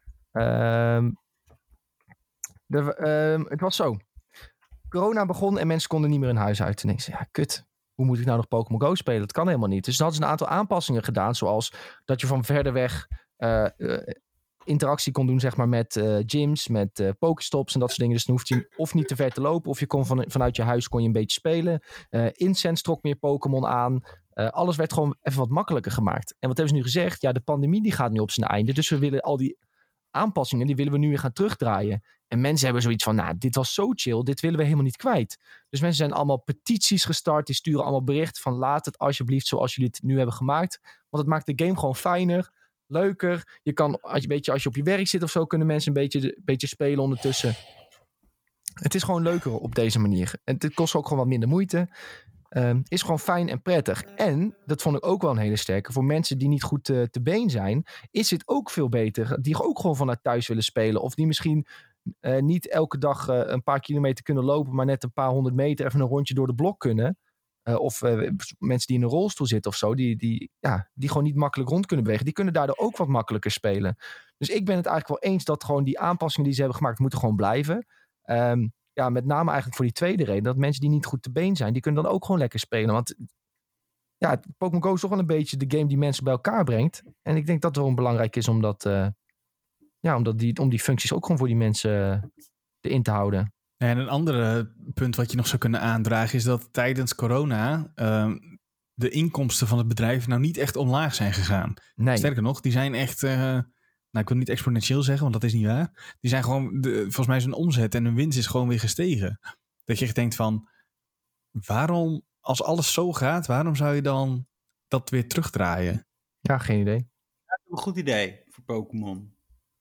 Het was zo. Corona begon en mensen konden niet meer hun huis uit. En denken ze, ja kut, hoe moet ik nou nog Pokémon Go spelen? Dat kan helemaal niet. Dus dan hadden ze een aantal aanpassingen gedaan, zoals dat je van verder weg interactie kon doen zeg maar met gyms, met Pokestops en dat soort dingen. Dus dan hoefde je of niet te ver te lopen, of je kon vanuit je huis kon je een beetje spelen. Incense trok meer Pokémon aan. Alles werd gewoon even wat makkelijker gemaakt. En wat hebben ze nu gezegd? Ja, de pandemie die gaat nu op zijn einde. Dus we willen al die aanpassingen, die willen we nu weer gaan terugdraaien. En mensen hebben zoiets van, nou, dit was zo chill. Dit willen we helemaal niet kwijt. Dus mensen zijn allemaal petities gestart. Die sturen allemaal berichten van, laat het alsjeblieft zoals jullie het nu hebben gemaakt. Want het maakt de game gewoon fijner, leuker. Je kan, als je op je werk zit of zo, kunnen mensen een beetje spelen ondertussen. Het is gewoon leuker op deze manier. En het kost ook gewoon wat minder moeite. Is gewoon fijn en prettig. En, dat vond ik ook wel een hele sterke, voor mensen die niet goed te been zijn, is het ook veel beter. Die ook gewoon vanuit thuis willen spelen. Of die misschien niet elke dag een paar kilometer kunnen lopen, maar net een paar 100 meter even een rondje door de blok kunnen. Of mensen die in een rolstoel zitten of zo, die gewoon niet makkelijk rond kunnen bewegen, die kunnen daardoor ook wat makkelijker spelen. Dus ik ben het eigenlijk wel eens dat gewoon die aanpassingen die ze hebben gemaakt, moeten gewoon blijven. ja, met name eigenlijk voor die tweede reden. Dat mensen die niet goed te been zijn, die kunnen dan ook gewoon lekker spelen. Want ja, Pokémon Go is toch wel een beetje de game die mensen bij elkaar brengt. En ik denk dat het wel belangrijk is om om die functies ook gewoon voor die mensen erin te houden. En een ander punt wat je nog zou kunnen aandragen is dat tijdens corona de inkomsten van het bedrijf nou niet echt omlaag zijn gegaan. Nee. Sterker nog, die zijn echt, ik wil niet exponentieel zeggen, want dat is niet waar. Die zijn gewoon, volgens mij zijn omzet en hun winst is gewoon weer gestegen. Dat je echt denkt van, waarom, als alles zo gaat, waarom zou je dan dat weer terugdraaien? Ja, geen idee. Dat is een goed idee voor Pokémon.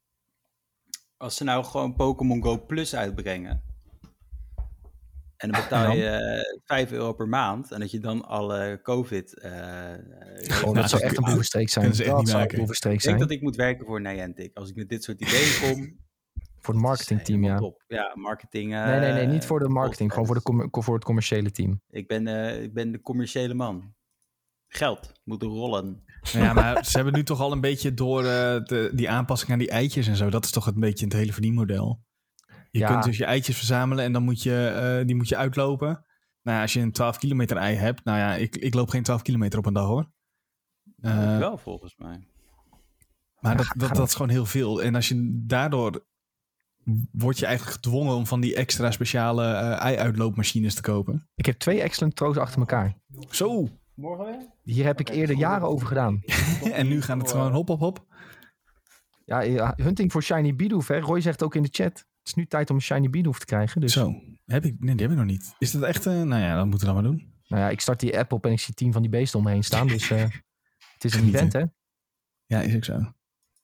Als ze nou gewoon Pokémon Go Plus uitbrengen. En dan betaal je €5 per maand. En dat je dan alle COVID... Dat zou echt een boevenstreek zijn. Kunnen ze echt niet zou maken. een boevenstreek Ik denk zijn. dat ik moet werken voor Niantic. Als ik met dit soort ideeën kom... Voor het marketingteam, ja. Top. Ja, marketing... Nee, niet voor de marketing. Gewoon voor het commerciële team. Ik ben de commerciële man. Geld moet rollen. Ja, maar ze hebben nu toch al een beetje door die aanpassing aan die eitjes en zo. Dat is toch een beetje het hele verdienmodel. Je kunt dus je eitjes verzamelen en dan die moet je uitlopen. Nou ja, als je een 12 kilometer ei hebt. Nou ja, ik loop geen 12 kilometer op een dag hoor. Wel volgens mij. Maar dat is gewoon heel veel. En als je daardoor word je eigenlijk gedwongen om van die extra speciale ei-uitloopmachines te kopen. Ik heb 2 excellent tro's achter elkaar. Zo! Morgen weer? Hier heb ik eerder jaren over gedaan. En nu gaat het gewoon hop, hop, hop. Ja, hunting voor Shiny Bidoof, hè. Roy zegt ook in de chat. Het is nu tijd om een Shiny Bidoof te krijgen. Dus. Zo. Nee, die heb ik nog niet. Is dat echt? Nou ja, dat moeten we dan maar doen. Nou ja, ik start die app op en ik zie 10 van die beesten om me heen staan. Dus het is een event, hè. Ja, is ook zo.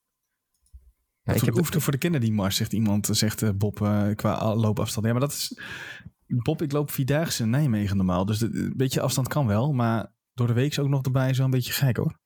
Ja, ik heb oefenen voor de Kennedy-mars, zegt iemand. Zegt Bob qua loopafstand. Ja, maar dat is... Bob, ik loop 4-daagse in Nijmegen normaal. Dus een beetje afstand kan wel. Maar door de week ook nog erbij is wel een beetje gek, hoor.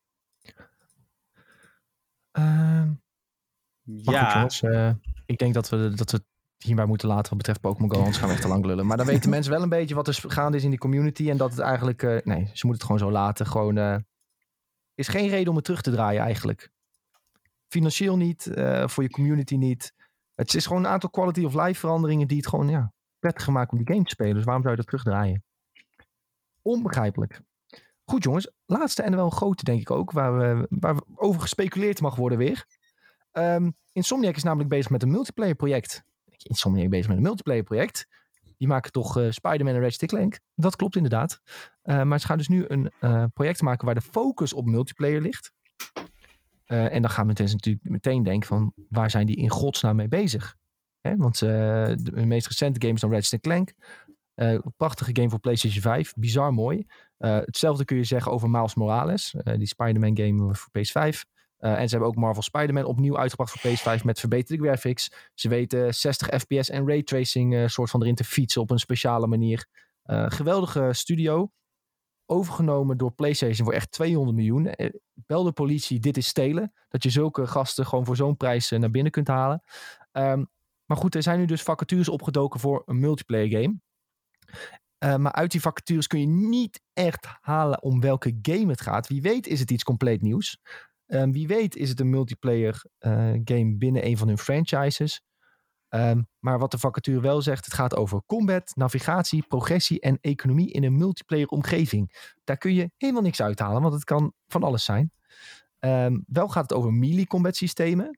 Ja. Goed, jongens, ik denk dat we het hierbij moeten laten wat betreft Pokémon Go. Anders gaan we echt te lang lullen. Maar dan weten mensen wel een beetje wat er gaande is in die community. En dat het eigenlijk... nee, ze moeten het gewoon zo laten. Gewoon... is geen reden om het terug te draaien eigenlijk. Financieel niet. Voor je community niet. Het is gewoon een aantal quality of life veranderingen die het gewoon prettiger maken om die game te spelen. Dus waarom zou je dat terugdraaien? Onbegrijpelijk. Goed jongens, laatste en wel een grote denk ik ook. Waar over gespeculeerd mag worden weer. Insomniac is namelijk bezig met een multiplayer project. Insomniac bezig met een multiplayer project. Die maken toch Spider-Man en Ratchet & Clank. Dat klopt inderdaad. Maar ze gaan dus nu een project maken waar de focus op multiplayer ligt. En dan gaan we natuurlijk meteen denken van waar zijn die in godsnaam mee bezig? Hè? Want de meest recente game is dan Ratchet & Clank. Een prachtige game voor PlayStation 5. Bizar mooi. Hetzelfde kun je zeggen over Miles Morales. Die Spider-Man game voor PS5. En ze hebben ook Marvel Spider-Man opnieuw uitgebracht voor PS5 met verbeterde graphics. Ze weten 60 fps en raytracing soort van erin te fietsen op een speciale manier. Geweldige studio. Overgenomen door PlayStation voor echt 200 miljoen. Bel de politie, dit is stelen. Dat je zulke gasten gewoon voor zo'n prijs naar binnen kunt halen. Maar goed, er zijn nu dus vacatures opgedoken voor een multiplayer game. Maar uit die vacatures kun je niet echt halen om welke game het gaat. Wie weet is het iets compleet nieuws. Wie weet is het een multiplayer game binnen een van hun franchises. Maar wat de vacature wel zegt, het gaat over combat, navigatie, progressie en economie in een multiplayer omgeving. Daar kun je helemaal niks uithalen, want het kan van alles zijn. Wel gaat het over melee combat systemen.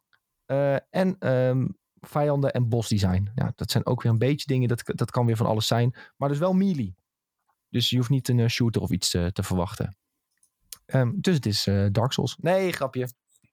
En vijanden en boss design. Ja, dat zijn ook weer een beetje dingen, dat kan weer van alles zijn. Maar dus wel melee. Dus je hoeft niet een shooter of iets te verwachten. Dus het is Dark Souls. Nee, grapje.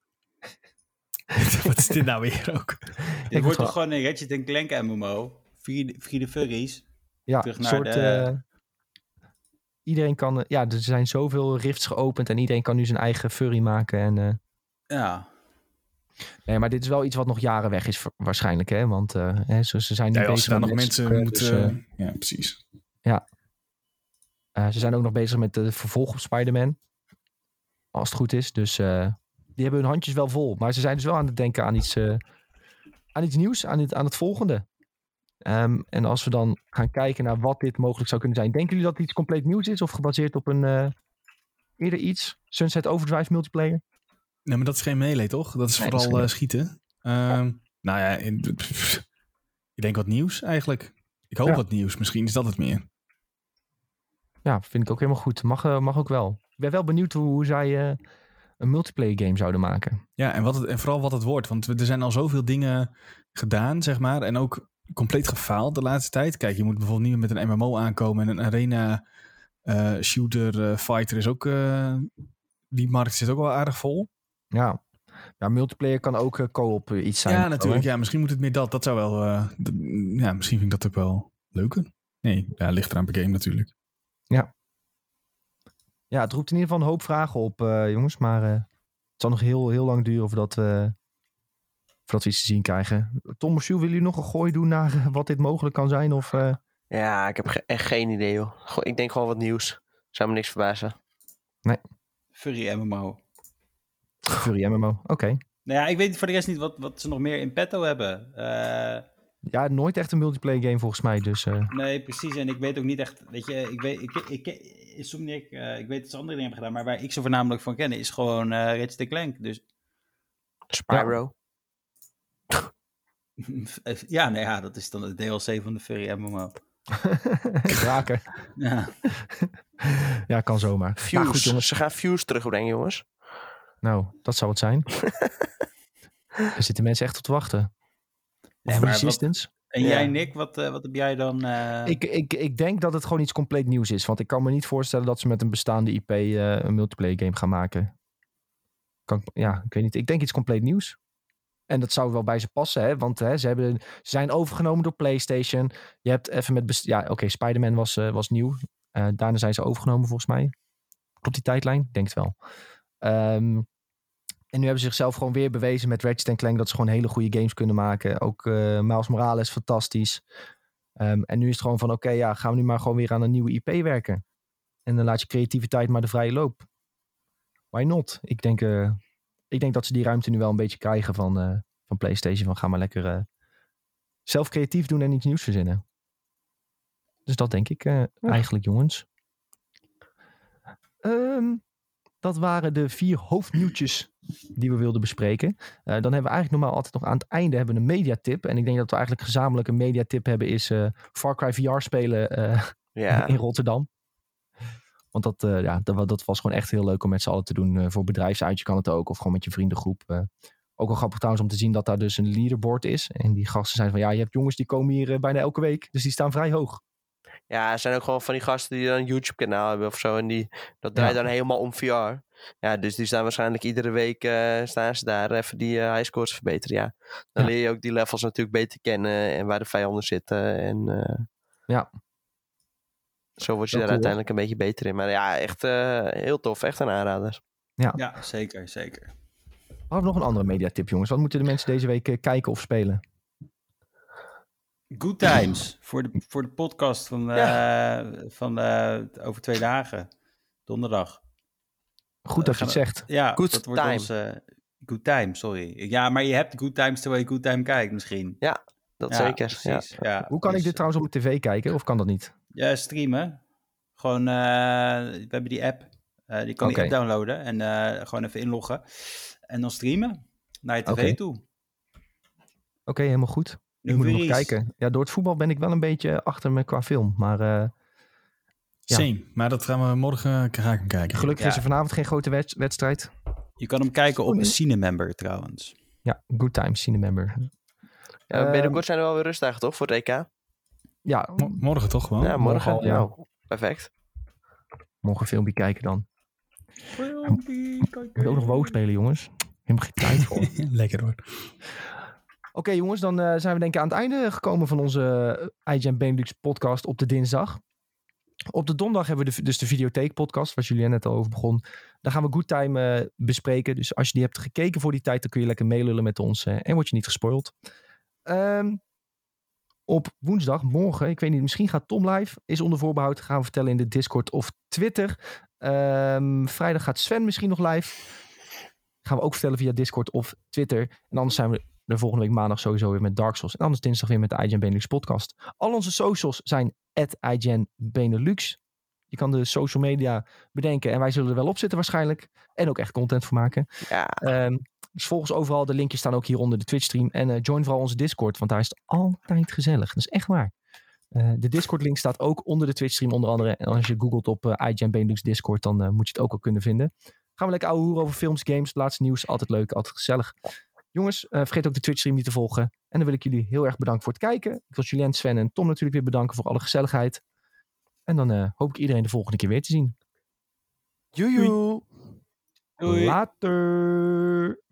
Wat is dit nou weer ook? Dit wordt toch gewoon een Ratchet & Clank MMO? Free the furries? Ja, een soort... iedereen kan... er zijn zoveel rifts geopend en iedereen kan nu zijn eigen furry maken. En, ja. Nee, maar dit is wel iets wat nog jaren weg is waarschijnlijk, hè? Want ze zijn niet bezig met nog mensen moeten... ja, precies. Ja. Ze zijn ook nog bezig met de vervolg op Spider-Man. Als het goed is. Dus die hebben hun handjes wel vol. Maar ze zijn dus wel aan het denken aan iets nieuws. Aan het volgende. En als we dan gaan kijken naar wat dit mogelijk zou kunnen zijn. Denken jullie dat het iets compleet nieuws is? Of gebaseerd op een eerder iets? Sunset Overdrive multiplayer? Nee, maar dat is geen melee, toch? Dat is vooral schieten. Nou ja, ik denk wat nieuws eigenlijk. Ik hoop Ja. wat nieuws. Misschien is dat het meer. Ja, vind ik ook helemaal goed. Mag ook wel. Ik ben wel benieuwd hoe zij een multiplayer game zouden maken. Ja, en vooral wat het wordt. Want er zijn al zoveel dingen gedaan, zeg maar. En ook compleet gefaald de laatste tijd. Kijk, je moet bijvoorbeeld niet meer met een MMO aankomen. En een arena shooter fighter is ook... die markt zit ook wel aardig vol. Ja, multiplayer kan ook co-op iets zijn. Ja, natuurlijk. Ja, misschien moet het meer dat. Dat zou wel... ja, misschien vind ik dat ook wel leuker. Nee, ja, ligt eraan per game natuurlijk. Ja, het roept in ieder geval een hoop vragen op, jongens. Maar het zal nog heel, heel lang duren voordat we iets te zien krijgen. Tom of Sjoe, willen jullie nog een gooi doen naar wat dit mogelijk kan zijn? Of, Ja, ik heb echt geen idee, joh. Ik denk gewoon wat nieuws. Zou me niks verbazen. Furry MMO. Fury MMO? Oké. Nou ja, ik weet voor de rest niet wat ze nog meer in petto hebben. Ja, nooit echt een multiplayer game volgens mij. Dus Nee, precies. En ik weet ook niet echt, weet je, ik weet dat ze andere dingen hebben gedaan, maar waar ik ze voornamelijk van ken is gewoon Ratchet & Clank. Dus Spyro. ja, nee, ja, dat is dan de DLC van de Furry MMO. raken. Ja. Ja, kan zomaar. Fuse. Nou, goed, jongens. Ze gaan Fuse terugbrengen, jongens. Nou, dat zou het zijn. Er zitten mensen echt op te wachten. Nee, Of maar Resistance. En Ja. jij, Nick, wat heb jij dan? Ik denk dat het gewoon iets compleet nieuws is. Want ik kan me niet voorstellen dat ze met een bestaande IP een multiplayer game gaan maken. Ik weet niet. Ik denk iets compleet nieuws. En dat zou wel bij ze passen, hè? Want ze zijn overgenomen door PlayStation. Je hebt even met... Spider-Man was nieuw. Daarna zijn ze overgenomen volgens mij. Klopt die tijdlijn? Denk het wel. En nu hebben ze zichzelf gewoon weer bewezen met Ratchet & Clank dat ze gewoon hele goede games kunnen maken. Ook Miles Morales, fantastisch. En nu is het gewoon van gaan we nu maar gewoon weer aan een nieuwe IP werken. En dan laat je creativiteit maar de vrije loop. Why not? Ik denk dat ze die ruimte nu wel een beetje krijgen van PlayStation. Van ga maar lekker zelf creatief doen en iets nieuws verzinnen. Dus dat denk ik eigenlijk, jongens. Dat waren de 4 hoofdnieuwtjes die we wilden bespreken. Dan hebben we eigenlijk normaal altijd nog aan het einde hebben een mediatip. En ik denk dat we eigenlijk gezamenlijk een mediatip hebben is Far Cry VR spelen Ja. in Rotterdam. Want dat was gewoon echt heel leuk om met z'n allen te doen. Voor bedrijfsuitje kan het ook. Of gewoon met je vriendengroep. Ook wel grappig trouwens om te zien dat daar dus een leaderboard is. En die gasten zijn van je hebt jongens die komen hier bijna elke week. Dus die staan vrij hoog. Ja, er zijn ook gewoon van die gasten die dan een YouTube-kanaal hebben of zo. En dat draait dan helemaal om VR. Ja, dus die staan waarschijnlijk iedere week staan ze daar even die highscores verbeteren. Ja. Dan leer je ook die levels natuurlijk beter kennen en waar de vijanden zitten. En zo word je daar uiteindelijk een beetje beter in. Maar ja, echt heel tof. Echt een aanrader. Ja, zeker, zeker. We hebben nog een andere mediatip, jongens. Wat moeten de mensen deze week kijken of spelen? Good Times voor de podcast van over 2 dagen. Donderdag. Goed dat je het zegt. Ja, Good dat wordt Time. onze Good Time, sorry. Ja, maar je hebt Good Times terwijl je Good Time kijkt misschien. Ja, dat Ja, zeker. precies. Ja. Ja, Hoe kan ik dus, dit trouwens op mijn tv kijken? Of kan dat niet? Ja, streamen. Gewoon, we hebben die app. Die kan Oké. je downloaden en gewoon even inloggen. En dan streamen naar je tv Oké. toe. Oké, helemaal goed. Ik moet er nog kijken. Ja, door het voetbal ben ik wel een beetje achter me qua film. Maar ja. Same, maar dat gaan we morgen ga ik hem kijken. gelukkig is er vanavond geen grote wedstrijd. Je kan hem kijken op nee. Cinemember trouwens. Ja, Good Times, Cinemember. Binnenkort zijn er wel weer rustdagen toch voor het EK? Ja, Morgen toch gewoon? Ja, morgen. al, ja. Nou, perfect. morgen een filmpje kijken dan. Ik wil ook nog WoW spelen, jongens. Helemaal geen tijd voor. Lekker hoor. Oké, jongens, dan zijn we denk ik aan het einde gekomen van onze IGN Benelux podcast op de dinsdag. Op de donderdag hebben we dus de Videotheek podcast, waar Julien net al over begon. Daar gaan we Good Time bespreken. Dus als je die hebt gekeken voor die tijd, dan kun je lekker meelullen met ons en word je niet gespoild. Op woensdag, morgen, ik weet niet, misschien gaat Tom live. Is onder voorbehoud, gaan we vertellen in de Discord of Twitter. Vrijdag gaat Sven misschien nog live. Gaan we ook vertellen via Discord of Twitter. En anders zijn we de volgende week maandag sowieso weer met Dark Souls. En anders dinsdag weer met de IGN Benelux podcast. Al onze socials zijn @IGN Benelux. Je kan de social media bedenken en wij zullen er wel op zitten waarschijnlijk. En ook echt content voor maken. Ja. Dus volg ons overal. De linkjes staan ook hier onder de Twitch stream. En join vooral onze Discord, want daar is het altijd gezellig. Dat is echt waar. De Discord-link staat ook onder de Twitch-stream onder andere. En als je googelt op IGN Benelux Discord, dan moet je het ook al kunnen vinden. Gaan we lekker ouwe hoeren over films, games, laatste nieuws. Altijd leuk, altijd gezellig. Jongens, vergeet ook de Twitch-stream niet te volgen. En dan wil ik jullie heel erg bedanken voor het kijken. Ik wil Julien, Sven en Tom natuurlijk weer bedanken voor alle gezelligheid. En dan hoop ik iedereen de volgende keer weer te zien. Joejoe. Later.